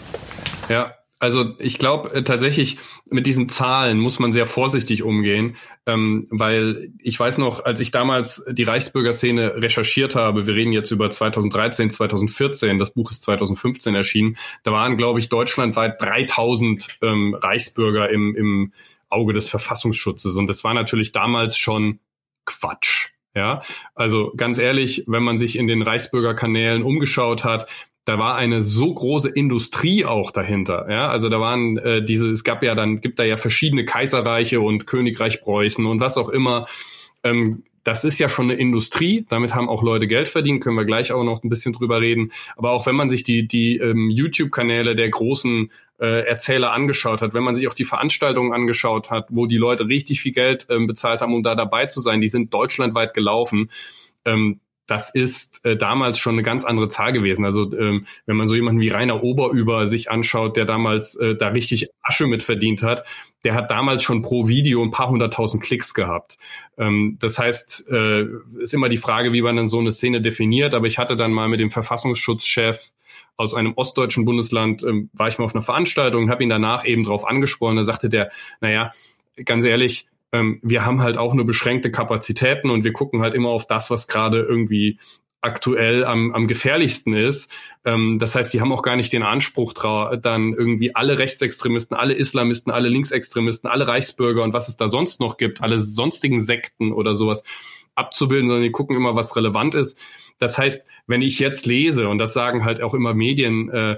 Ja. Also ich glaube äh, tatsächlich, mit diesen Zahlen muss man sehr vorsichtig umgehen, ähm, weil ich weiß noch, als ich damals die Reichsbürgerszene recherchiert habe, wir reden jetzt über zweitausenddreizehn, zweitausendvierzehn, das Buch ist zweitausendfünfzehn erschienen, da waren, glaube ich, deutschlandweit dreitausend ähm, Reichsbürger im, im Auge des Verfassungsschutzes, und das war natürlich damals schon Quatsch. Ja, also ganz ehrlich, wenn man sich in den Reichsbürgerkanälen umgeschaut hat, da war eine so große Industrie auch dahinter. Ja, also da waren äh, diese, es gab ja dann, gibt da ja verschiedene Kaiserreiche und Königreich Preußen und was auch immer. Ähm, das ist ja schon eine Industrie. Damit haben auch Leute Geld verdient. Können wir gleich auch noch ein bisschen drüber reden. Aber auch wenn man sich die die ähm, YouTube-Kanäle der großen äh, Erzähler angeschaut hat, wenn man sich auch die Veranstaltungen angeschaut hat, wo die Leute richtig viel Geld ähm, bezahlt haben, um da dabei zu sein, die sind deutschlandweit gelaufen. Ähm, Das ist äh, damals schon eine ganz andere Zahl gewesen. Also ähm, wenn man so jemanden wie Rainer Oberüber sich anschaut, der damals äh, da richtig Asche mit verdient hat, der hat damals schon pro Video ein paar hunderttausend Klicks gehabt. Ähm, das heißt, äh, ist immer die Frage, wie man dann so eine Szene definiert. Aber ich hatte dann mal mit dem Verfassungsschutzchef aus einem ostdeutschen Bundesland, ähm, war ich mal auf einer Veranstaltung und habe ihn danach eben drauf angesprochen. Da sagte der, naja, ganz ehrlich, wir haben halt auch nur beschränkte Kapazitäten und wir gucken halt immer auf das, was gerade irgendwie aktuell am, am gefährlichsten ist. Das heißt, die haben auch gar nicht den Anspruch, dann irgendwie alle Rechtsextremisten, alle Islamisten, alle Linksextremisten, alle Reichsbürger und was es da sonst noch gibt, alle sonstigen Sekten oder sowas abzubilden, sondern die gucken immer, was relevant ist. Das heißt, wenn ich jetzt lese, und das sagen halt auch immer Medien, äh,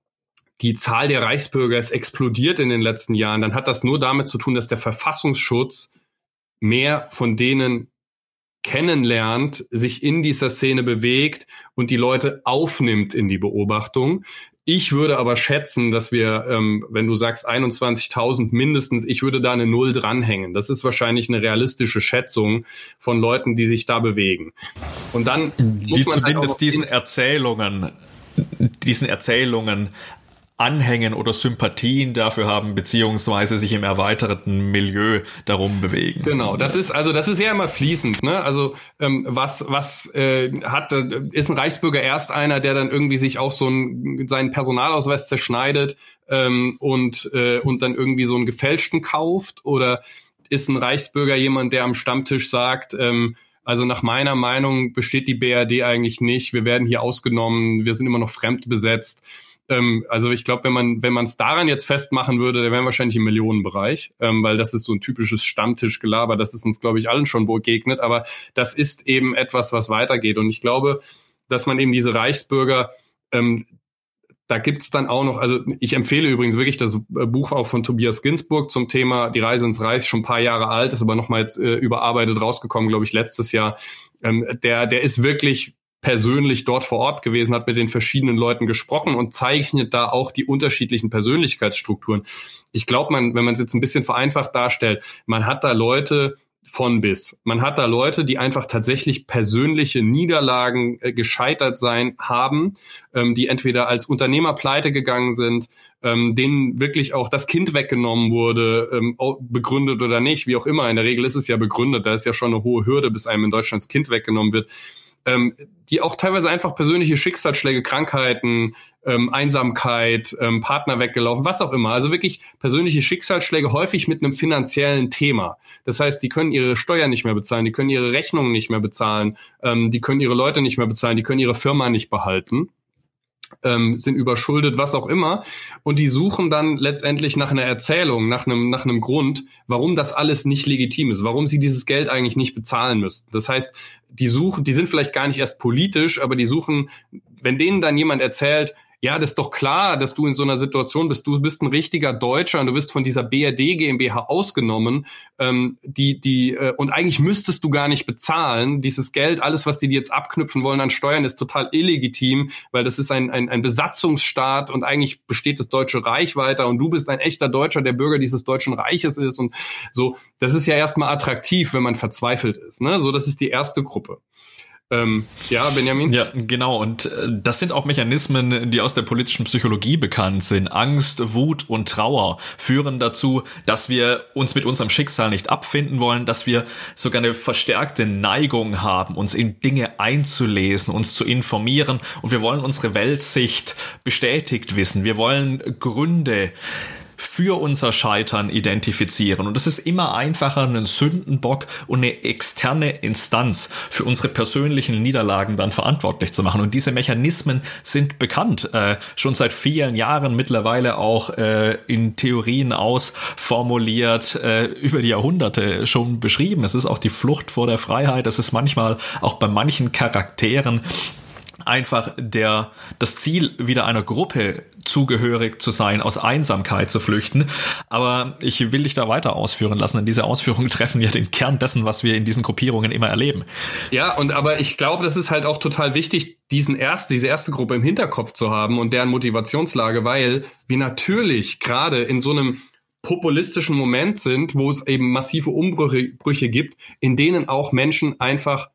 die Zahl der Reichsbürger ist explodiert in den letzten Jahren, dann hat das nur damit zu tun, dass der Verfassungsschutz mehr von denen kennenlernt, sich in dieser Szene bewegt und die Leute aufnimmt in die Beobachtung. Ich würde aber schätzen, dass wir, ähm, wenn du sagst einundzwanzigtausend mindestens, ich würde da eine Null dranhängen. Das ist wahrscheinlich eine realistische Schätzung von Leuten, die sich da bewegen. Und dann muss die man zumindest halt diesen Erzählungen, diesen Erzählungen Anhängen oder Sympathien dafür haben, beziehungsweise sich im erweiterten Milieu darum bewegen. Genau, das ist also das ist ja immer fließend, ne? Also ähm, was was äh, hat ist ein Reichsbürger erst einer, der dann irgendwie sich auch so ein, seinen Personalausweis zerschneidet ähm, und äh, und dann irgendwie so einen gefälschten kauft, oder ist ein Reichsbürger jemand, der am Stammtisch sagt, ähm, also nach meiner Meinung besteht die B R D eigentlich nicht, wir werden hier ausgenommen, wir sind immer noch fremdbesetzt. Also ich glaube, wenn man wenn man es daran jetzt festmachen würde, dann wären wir wahrscheinlich im Millionenbereich, ähm, weil das ist so ein typisches Stammtischgelaber, das ist uns, glaube ich, allen schon begegnet, aber das ist eben etwas, was weitergeht. Und ich glaube, dass man eben diese Reichsbürger, ähm, da gibt's dann auch noch, also ich empfehle übrigens wirklich das Buch auch von Tobias Ginsburg zum Thema Die Reise ins Reich, schon ein paar Jahre alt, ist aber nochmal jetzt äh, überarbeitet rausgekommen, glaube ich, letztes Jahr. Ähm, der der ist wirklich persönlich dort vor Ort gewesen, hat mit den verschiedenen Leuten gesprochen und zeichnet da auch die unterschiedlichen Persönlichkeitsstrukturen. Ich glaube, man, wenn man es jetzt ein bisschen vereinfacht darstellt, man hat da Leute von bis. Man hat da Leute, die einfach tatsächlich persönliche Niederlagen äh, gescheitert sein haben, ähm, die entweder als Unternehmer pleite gegangen sind, ähm, denen wirklich auch das Kind weggenommen wurde, ähm, begründet oder nicht, wie auch immer. In der Regel ist es ja begründet, da ist ja schon eine hohe Hürde, bis einem in Deutschland das Kind weggenommen wird. Ähm, die auch teilweise einfach persönliche Schicksalsschläge, Krankheiten, ähm, Einsamkeit, ähm, Partner weggelaufen, was auch immer. Also wirklich persönliche Schicksalsschläge, häufig mit einem finanziellen Thema. Das heißt, die können ihre Steuern nicht mehr bezahlen, die können ihre Rechnungen nicht mehr bezahlen, ähm, die können ihre Leute nicht mehr bezahlen, die können ihre Firma nicht behalten. Ähm, sind überschuldet, was auch immer. Und die suchen dann letztendlich nach einer Erzählung, nach einem, nach einem Grund, warum das alles nicht legitim ist, warum sie dieses Geld eigentlich nicht bezahlen müssten. Das heißt, die suchen, die sind vielleicht gar nicht erst politisch, aber die suchen, wenn denen dann jemand erzählt, ja, das ist doch klar, dass du in so einer Situation bist. Du bist ein richtiger Deutscher und du wirst von dieser B R D GmbH ausgenommen. Ähm, die, die äh, und eigentlich müsstest du gar nicht bezahlen. Dieses Geld, alles, was die dir jetzt abknüpfen wollen an Steuern, ist total illegitim, weil das ist ein, ein, ein Besatzungsstaat und eigentlich besteht das Deutsche Reich weiter und du bist ein echter Deutscher, der Bürger dieses Deutschen Reiches ist und so. Das ist ja erstmal attraktiv, wenn man verzweifelt ist. Ne? So, das ist die erste Gruppe. Ähm, ja, Benjamin? Ja, genau. Und äh, das sind auch Mechanismen, die aus der politischen Psychologie bekannt sind. Angst, Wut und Trauer führen dazu, dass wir uns mit unserem Schicksal nicht abfinden wollen, dass wir sogar eine verstärkte Neigung haben, uns in Dinge einzulesen, uns zu informieren. Und wir wollen unsere Weltsicht bestätigt wissen. Wir wollen Gründe für unser Scheitern identifizieren. Und es ist immer einfacher, einen Sündenbock und eine externe Instanz für unsere persönlichen Niederlagen dann verantwortlich zu machen. Und diese Mechanismen sind bekannt, äh, schon seit vielen Jahren, mittlerweile auch äh, in Theorien ausformuliert, äh, über die Jahrhunderte schon beschrieben. Es ist auch die Flucht vor der Freiheit. Es ist manchmal auch bei manchen Charakteren einfach der, das Ziel, wieder einer Gruppe zugehörig zu sein, aus Einsamkeit zu flüchten. Aber ich will dich da weiter ausführen lassen, denn diese Ausführungen treffen ja den Kern dessen, was wir in diesen Gruppierungen immer erleben. Ja, und aber ich glaube, das ist halt auch total wichtig, diesen erst, diese erste Gruppe im Hinterkopf zu haben und deren Motivationslage, weil wir natürlich gerade in so einem populistischen Moment sind, wo es eben massive Umbrüche Brüche gibt, in denen auch Menschen einfach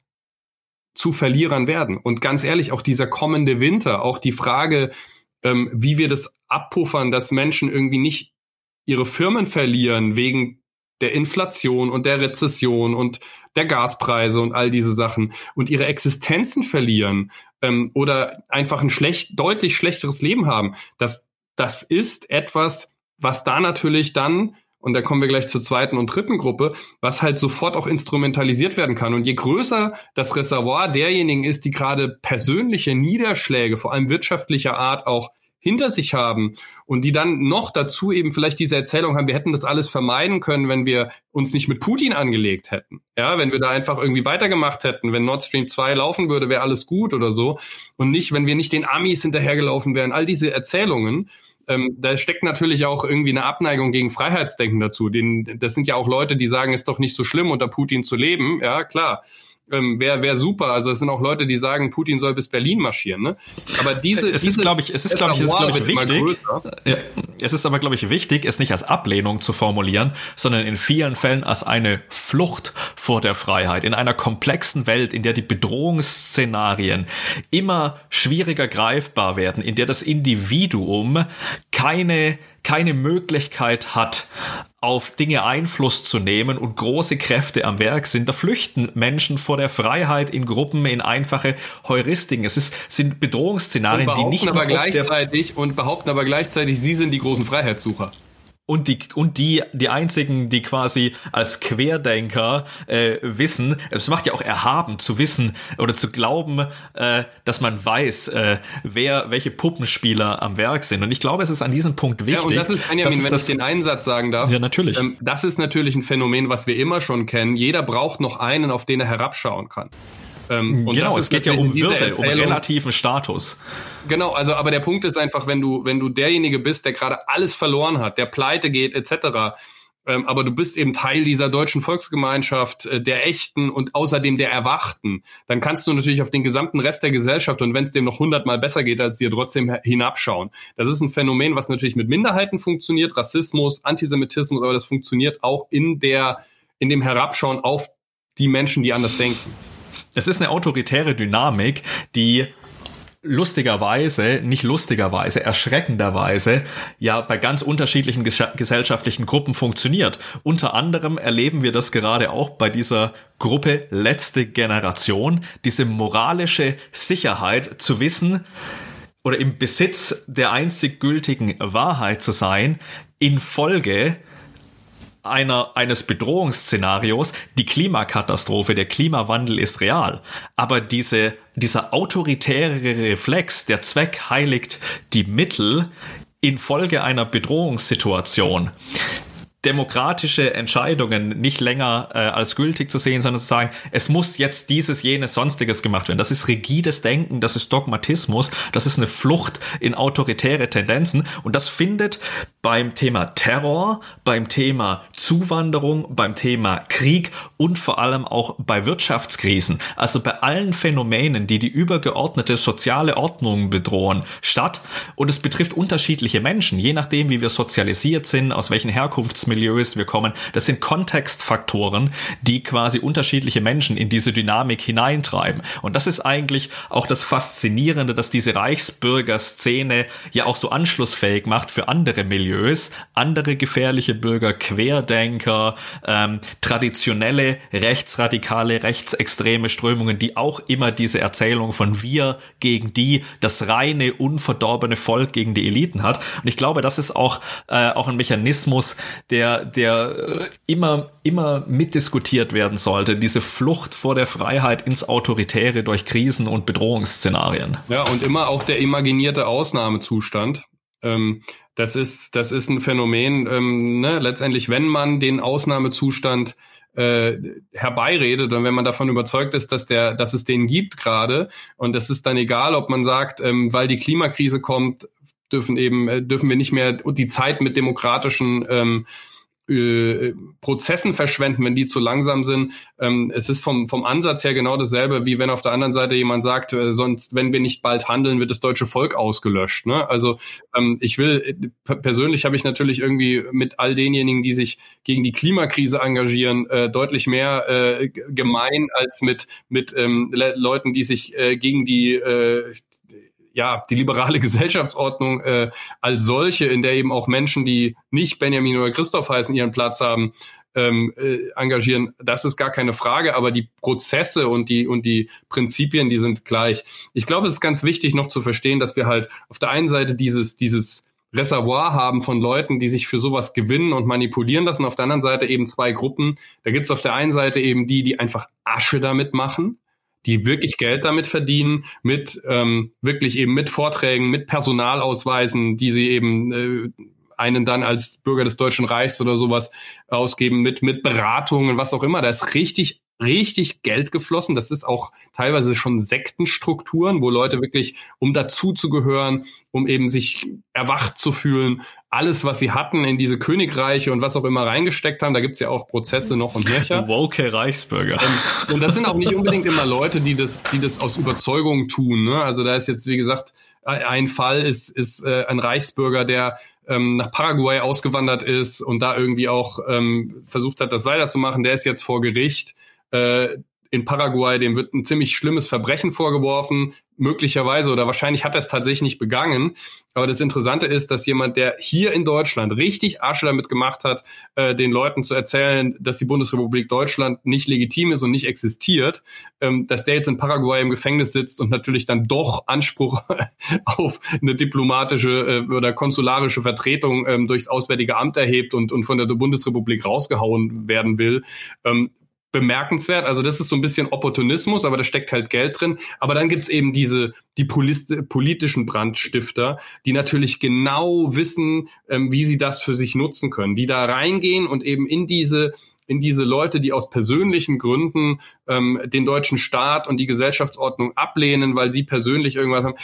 zu Verlierern werden. Und ganz ehrlich, auch dieser kommende Winter, auch die Frage, ähm, wie wir das abpuffern, dass Menschen irgendwie nicht ihre Firmen verlieren wegen der Inflation und der Rezession und der Gaspreise und all diese Sachen und ihre Existenzen verlieren ähm, oder einfach ein schlecht, deutlich schlechteres Leben haben. Das, das ist etwas, was da natürlich dann, und da kommen wir gleich zur zweiten und dritten Gruppe, was halt sofort auch instrumentalisiert werden kann. Und je größer das Reservoir derjenigen ist, die gerade persönliche Niederschläge, vor allem wirtschaftlicher Art, auch hinter sich haben und die dann noch dazu eben vielleicht diese Erzählung haben, wir hätten das alles vermeiden können, wenn wir uns nicht mit Putin angelegt hätten. Ja, wenn wir da einfach irgendwie weitergemacht hätten, wenn Nord Stream zwei laufen würde, wäre alles gut oder so. Und nicht, wenn wir nicht den Amis hinterhergelaufen wären. All diese Erzählungen, Ähm, da steckt natürlich auch irgendwie eine Abneigung gegen Freiheitsdenken dazu. Den, das sind ja auch Leute, die sagen, es ist doch nicht so schlimm, unter Putin zu leben. Ja, klar. Ähm, wäre wär super. Also es sind auch Leute, die sagen, Putin soll bis Berlin marschieren. Ne? Aber diese, es diese ist, glaube ich, es ist, glaube ich, es ist, glaube ich, wichtig. Ja, es ist aber, glaube ich, wichtig, es nicht als Ablehnung zu formulieren, sondern in vielen Fällen als eine Flucht vor der Freiheit. In einer komplexen Welt, in der die Bedrohungsszenarien immer schwieriger greifbar werden, in der das Individuum keine keine Möglichkeit hat, auf Dinge Einfluss zu nehmen und große Kräfte am Werk sind, da flüchten Menschen vor der Freiheit in Gruppen, in einfache Heuristiken. Es ist, sind Bedrohungsszenarien, die nicht aber gleichzeitig und behaupten aber gleichzeitig, sie sind die großen Freiheitssucher. Und die, und die, die einzigen, die quasi als Querdenker äh, wissen, es macht ja auch erhaben zu wissen oder zu glauben, äh, dass man weiß, äh, wer, welche Puppenspieler am Werk sind. Und ich glaube, es ist an diesem Punkt wichtig. Ja, und das ist, Benjamin, wenn das, ich den einen Satz sagen darf. Ja, natürlich. Ähm, das ist natürlich ein Phänomen, was wir immer schon kennen. Jeder braucht noch einen, auf den er herabschauen kann. Ähm, und genau, es geht ja um Würde, um relativen Status. Genau, also aber der Punkt ist einfach, wenn du wenn du derjenige bist, der gerade alles verloren hat, der pleite geht et cetera, ähm, aber du bist eben Teil dieser deutschen Volksgemeinschaft, äh, der Echten und außerdem der Erwachten, dann kannst du natürlich auf den gesamten Rest der Gesellschaft und wenn es dem noch hundertmal besser geht als dir, trotzdem hinabschauen. Das ist ein Phänomen, was natürlich mit Minderheiten funktioniert, Rassismus, Antisemitismus, aber das funktioniert auch in der, in dem Herabschauen auf die Menschen, die anders denken. Es ist eine autoritäre Dynamik, die lustigerweise, nicht lustigerweise, erschreckenderweise ja bei ganz unterschiedlichen ges- gesellschaftlichen Gruppen funktioniert. Unter anderem erleben wir das gerade auch bei dieser Gruppe Letzte Generation, diese moralische Sicherheit zu wissen oder im Besitz der einzig gültigen Wahrheit zu sein, infolge einer, eines Bedrohungsszenarios. Die Klimakatastrophe, der Klimawandel ist real. Aber diese, dieser autoritäre Reflex, der Zweck heiligt die Mittel infolge einer Bedrohungssituation, demokratische Entscheidungen nicht länger äh, als gültig zu sehen, sondern zu sagen, es muss jetzt dieses, jenes, sonstiges gemacht werden. Das ist rigides Denken, das ist Dogmatismus, das ist eine Flucht in autoritäre Tendenzen und das findet beim Thema Terror, beim Thema Zuwanderung, beim Thema Krieg und vor allem auch bei Wirtschaftskrisen, also bei allen Phänomenen, die die übergeordnete soziale Ordnung bedrohen, statt. Und es betrifft unterschiedliche Menschen, je nachdem, wie wir sozialisiert sind, aus welchen Herkunftsmilieus wir kommen. Das sind Kontextfaktoren, die quasi unterschiedliche Menschen in diese Dynamik hineintreiben. Und das ist eigentlich auch das Faszinierende, dass diese Reichsbürgerszene ja auch so anschlussfähig macht für andere Milieus, andere gefährliche Bürger, Querdenker, ähm, traditionelle rechtsradikale, rechtsextreme Strömungen, die auch immer diese Erzählung von wir gegen die, das reine, unverdorbene Volk gegen die Eliten hat. Und ich glaube, das ist auch, äh, auch ein Mechanismus, der Der, der immer, immer mitdiskutiert werden sollte, diese Flucht vor der Freiheit ins Autoritäre durch Krisen und Bedrohungsszenarien. Ja, und immer auch der imaginierte Ausnahmezustand. Ähm, das ist, das ist ein Phänomen, ähm, ne? Letztendlich, wenn man den Ausnahmezustand äh, herbeiredet und wenn man davon überzeugt ist, dass der, dass es den gibt gerade, und es ist dann egal, ob man sagt, ähm, weil die Klimakrise kommt, dürfen eben, dürfen wir nicht mehr die Zeit mit demokratischen ähm, äh, Prozessen verschwenden, wenn die zu langsam sind. Ähm, es ist vom, vom Ansatz her genau dasselbe, wie wenn auf der anderen Seite jemand sagt, äh, sonst, wenn wir nicht bald handeln, wird das deutsche Volk ausgelöscht. Ne? Also ähm, ich will, p- persönlich habe ich natürlich irgendwie mit all denjenigen, die sich gegen die Klimakrise engagieren, äh, deutlich mehr äh, gemein als mit, mit ähm, Le- Leuten, die sich äh, gegen die äh, ja, die liberale Gesellschaftsordnung äh, als solche, in der eben auch Menschen, die nicht Benjamin oder Christoph heißen, ihren Platz haben, ähm, äh, engagieren. Das ist gar keine Frage, aber die Prozesse und die und die Prinzipien, die sind gleich. Ich glaube, es ist ganz wichtig noch zu verstehen, dass wir halt auf der einen Seite dieses dieses Reservoir haben von Leuten, die sich für sowas gewinnen und manipulieren lassen. Auf der anderen Seite eben zwei Gruppen. Da gibt's auf der einen Seite eben die, die einfach Asche damit machen, die wirklich Geld damit verdienen, mit ähm, wirklich eben mit Vorträgen, mit Personalausweisen, die sie eben äh, einen dann als Bürger des Deutschen Reichs oder sowas ausgeben, mit mit Beratungen, was auch immer. Da ist richtig, richtig Geld geflossen. Das ist auch teilweise schon Sektenstrukturen, wo Leute wirklich, um dazuzugehören, um eben sich erwacht zu fühlen, alles, was sie hatten, in diese Königreiche und was auch immer reingesteckt haben. Da gibt's ja auch Prozesse noch und nöcher. Woke Reichsbürger. Und, und das sind auch nicht unbedingt immer Leute, die das, die das aus Überzeugung tun. Ne? Also da ist jetzt, wie gesagt, ein Fall ist, ist äh, ein Reichsbürger, der ähm, nach Paraguay ausgewandert ist und da irgendwie auch ähm, versucht hat, das weiterzumachen. Der ist jetzt vor Gericht äh, in Paraguay, dem wird ein ziemlich schlimmes Verbrechen vorgeworfen, möglicherweise oder wahrscheinlich hat er es tatsächlich nicht begangen. Aber das Interessante ist, dass jemand, der hier in Deutschland richtig Asche damit gemacht hat, äh, den Leuten zu erzählen, dass die Bundesrepublik Deutschland nicht legitim ist und nicht existiert, ähm, dass der jetzt in Paraguay im Gefängnis sitzt und natürlich dann doch Anspruch auf eine diplomatische äh, oder konsularische Vertretung ähm, durchs Auswärtige Amt erhebt und, und von der Bundesrepublik rausgehauen werden will. Ähm, bemerkenswert. Also das ist so ein bisschen Opportunismus, aber da steckt halt Geld drin. Aber dann gibt's eben diese die polit- politischen Brandstifter, die natürlich genau wissen, ähm, wie sie das für sich nutzen können, die da reingehen und eben in diese in diese Leute, die aus persönlichen Gründen ähm, den deutschen Staat und die Gesellschaftsordnung ablehnen, weil sie persönlich irgendwas haben,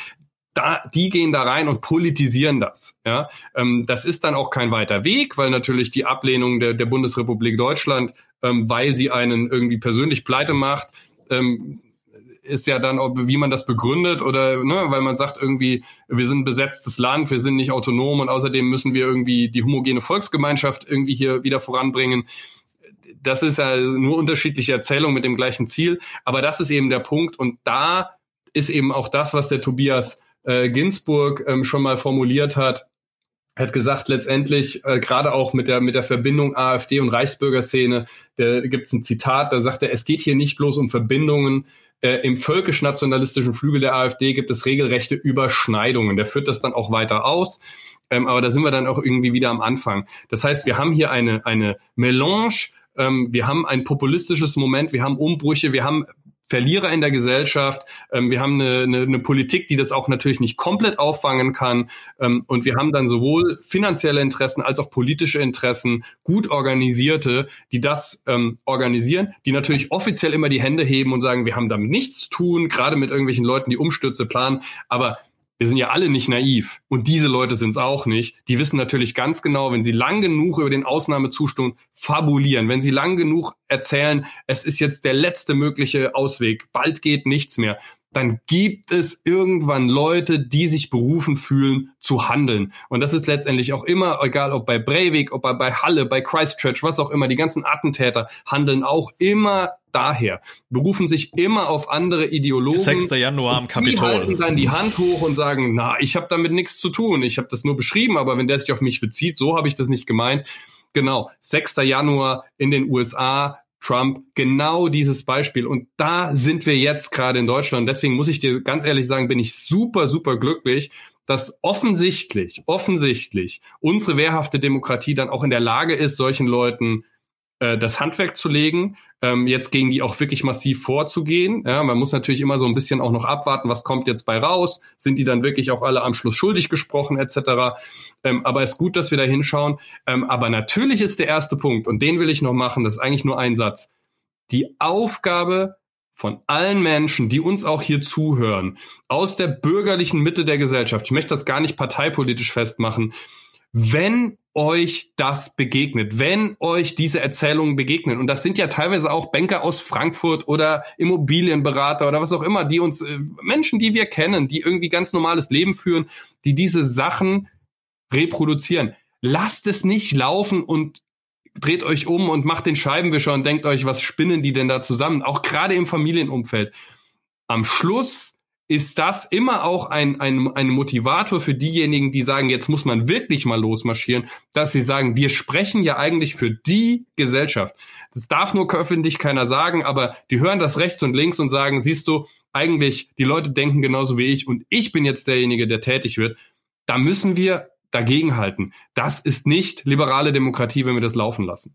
Da, die gehen da rein und politisieren das. Ja, ähm, das ist dann auch kein weiter Weg, weil natürlich die Ablehnung der, der Bundesrepublik Deutschland, ähm, weil sie einen irgendwie persönlich pleite macht, ähm, ist ja dann, ob, wie man das begründet oder, ne, weil man sagt irgendwie, wir sind ein besetztes Land, wir sind nicht autonom und außerdem müssen wir irgendwie die homogene Volksgemeinschaft irgendwie hier wieder voranbringen. Das ist ja nur unterschiedliche Erzählungen mit dem gleichen Ziel, aber das ist eben der Punkt und da ist eben auch das, was der Tobias äh, Ginsburg ähm, schon mal formuliert hat. Er hat gesagt, letztendlich, äh, gerade auch mit der mit der Verbindung AfD und Reichsbürgerszene, da gibt es ein Zitat, da sagt er, es geht hier nicht bloß um Verbindungen. Äh, Im völkisch-nationalistischen Flügel der AfD gibt es regelrechte Überschneidungen. Der führt das dann auch weiter aus. Ähm, aber da sind wir dann auch irgendwie wieder am Anfang. Das heißt, wir haben hier eine eine Melange, ähm, wir haben ein populistisches Moment, wir haben Umbrüche, wir haben Verlierer in der Gesellschaft. Ähm, wir haben eine, eine, eine Politik, die das auch natürlich nicht komplett auffangen kann. Ähm, und wir haben dann sowohl finanzielle Interessen als auch politische Interessen, gut organisierte, die das ähm, organisieren, die natürlich offiziell immer die Hände heben und sagen, wir haben damit nichts zu tun, gerade mit irgendwelchen Leuten, die Umstürze planen. Aber wir sind ja alle nicht naiv und diese Leute sind es auch nicht. Die wissen natürlich ganz genau, wenn sie lang genug über den Ausnahmezustand fabulieren, wenn sie lang genug erzählen, es ist jetzt der letzte mögliche Ausweg, bald geht nichts mehr, dann gibt es irgendwann Leute, die sich berufen fühlen zu handeln. Und das ist letztendlich auch immer, egal ob bei Breivik, ob bei Halle, bei Christchurch, was auch immer, die ganzen Attentäter handeln auch immer daher, berufen sich immer auf andere Ideologen. sechster Januar am Kapitol. Die halten dann die Hand hoch und sagen, na, ich habe damit nichts zu tun, ich habe das nur beschrieben, aber wenn der sich auf mich bezieht, so habe ich das nicht gemeint. Genau, sechster Januar in den U S A, Trump, genau dieses Beispiel. Und da sind wir jetzt gerade in Deutschland. Deswegen muss ich dir ganz ehrlich sagen, bin ich super, super glücklich, dass offensichtlich, offensichtlich unsere wehrhafte Demokratie dann auch in der Lage ist, solchen Leuten äh, das Handwerk zu legen, ähm, jetzt gegen die auch wirklich massiv vorzugehen. Ja, man muss natürlich immer so ein bisschen auch noch abwarten, was kommt jetzt bei raus, sind die dann wirklich auch alle am Schluss schuldig gesprochen et cetera. Ähm, aber es ist gut, dass wir da hinschauen. Ähm, aber natürlich ist der erste Punkt, und den will ich noch machen, das ist eigentlich nur ein Satz. Die Aufgabe von allen Menschen, die uns auch hier zuhören, aus der bürgerlichen Mitte der Gesellschaft, ich möchte das gar nicht parteipolitisch festmachen, wenn euch das begegnet, wenn euch diese Erzählungen begegnen, und das sind ja teilweise auch Banker aus Frankfurt oder Immobilienberater oder was auch immer, die uns, äh, Menschen, die wir kennen, die irgendwie ganz normales Leben führen, die diese Sachen reproduzieren. Lasst es nicht laufen und dreht euch um und macht den Scheibenwischer und denkt euch, was spinnen die denn da zusammen? Auch gerade im Familienumfeld. Am Schluss ist das immer auch ein, ein, ein Motivator für diejenigen, die sagen, jetzt muss man wirklich mal losmarschieren, dass sie sagen, wir sprechen ja eigentlich für die Gesellschaft. Das darf nur öffentlich keiner sagen, aber die hören das rechts und links und sagen, siehst du, eigentlich, die Leute denken genauso wie ich und ich bin jetzt derjenige, der tätig wird. Da müssen wir dagegenhalten. Das ist nicht liberale Demokratie, wenn wir das laufen lassen.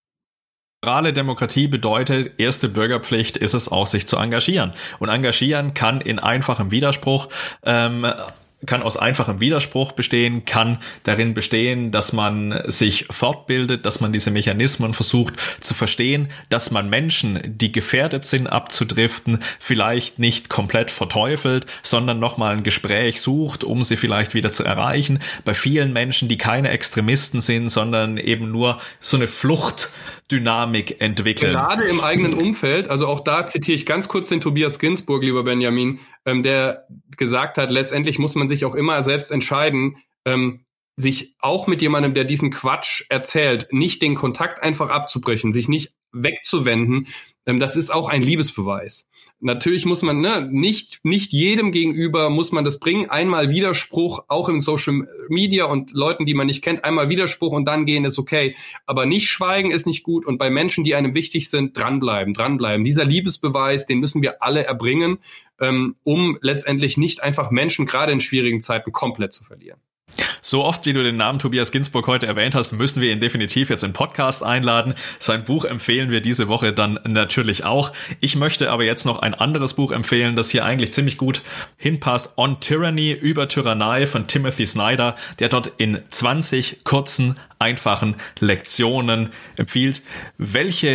Liberale Demokratie bedeutet, erste Bürgerpflicht ist es auch, sich zu engagieren. Und engagieren kann in einfachem Widerspruch, ähm, kann aus einfachem Widerspruch bestehen, kann darin bestehen, dass man sich fortbildet, dass man diese Mechanismen versucht zu verstehen, dass man Menschen, die gefährdet sind, abzudriften, vielleicht nicht komplett verteufelt, sondern nochmal ein Gespräch sucht, um sie vielleicht wieder zu erreichen. Bei vielen Menschen, die keine Extremisten sind, sondern eben nur so eine Fluchtdynamik entwickeln. Gerade im eigenen Umfeld, also auch da zitiere ich ganz kurz den Tobias Ginsburg, lieber Benjamin, ähm, der gesagt hat, letztendlich muss man sich auch immer selbst entscheiden, ähm, sich auch mit jemandem, der diesen Quatsch erzählt, nicht den Kontakt einfach abzubrechen, sich nicht wegzuwenden, ähm, das ist auch ein Liebesbeweis. Natürlich muss man, ne, nicht, nicht jedem gegenüber muss man das bringen. Einmal Widerspruch, auch im Social Media und Leuten, die man nicht kennt, einmal Widerspruch und dann gehen ist okay. Aber nicht schweigen ist nicht gut und bei Menschen, die einem wichtig sind, dranbleiben, dranbleiben. Dieser Liebesbeweis, den müssen wir alle erbringen, ähm, um letztendlich nicht einfach Menschen gerade in schwierigen Zeiten komplett zu verlieren. So oft, wie du den Namen Tobias Ginsburg heute erwähnt hast, müssen wir ihn definitiv jetzt in den Podcast einladen. Sein Buch empfehlen wir diese Woche dann natürlich auch. Ich möchte aber jetzt noch ein anderes Buch empfehlen, das hier eigentlich ziemlich gut hinpasst. On Tyranny, über Tyrannei von Timothy Snyder, der dort in zwanzig kurzen, einfachen Lektionen empfiehlt, welche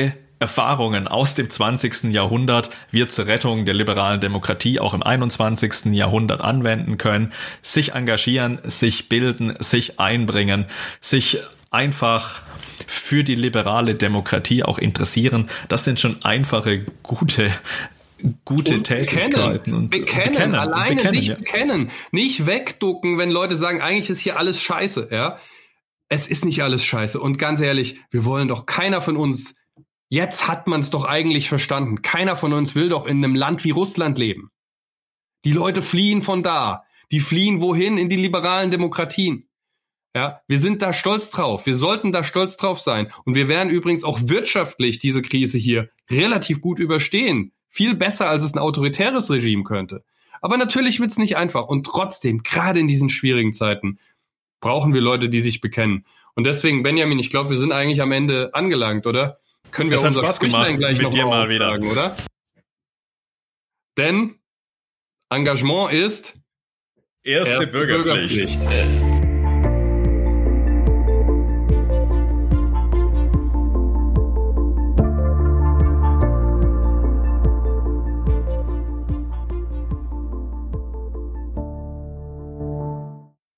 Erfahrungen aus dem zwanzigsten Jahrhundert wir zur Rettung der liberalen Demokratie auch im einundzwanzigsten Jahrhundert anwenden können. Sich engagieren, sich bilden, sich einbringen, sich einfach für die liberale Demokratie auch interessieren. Das sind schon einfache, gute gute und Tätigkeiten. Bekennen. Und bekennen, bekennen. alleine bekennen, sich ja. bekennen. Nicht wegducken, wenn Leute sagen, eigentlich ist hier alles scheiße. Ja, es ist nicht alles scheiße. Und ganz ehrlich, wir wollen doch, keiner von uns, jetzt hat man es doch eigentlich verstanden, keiner von uns will doch in einem Land wie Russland leben. Die Leute fliehen von da. Die fliehen wohin? In die liberalen Demokratien. Ja, wir sind da stolz drauf. Wir sollten da stolz drauf sein. Und wir werden übrigens auch wirtschaftlich diese Krise hier relativ gut überstehen. Viel besser, als es ein autoritäres Regime könnte. Aber natürlich wird's nicht einfach. Und trotzdem, gerade in diesen schwierigen Zeiten, brauchen wir Leute, die sich bekennen. Und deswegen, Benjamin, ich glaube, wir sind eigentlich am Ende angelangt, oder? Können wir das unser hat Spaß gemacht, gleich mit noch dir mal wieder. Sagen, oder? Denn Engagement ist Erste, Erste Bürgerpflicht. Bürgerpflicht.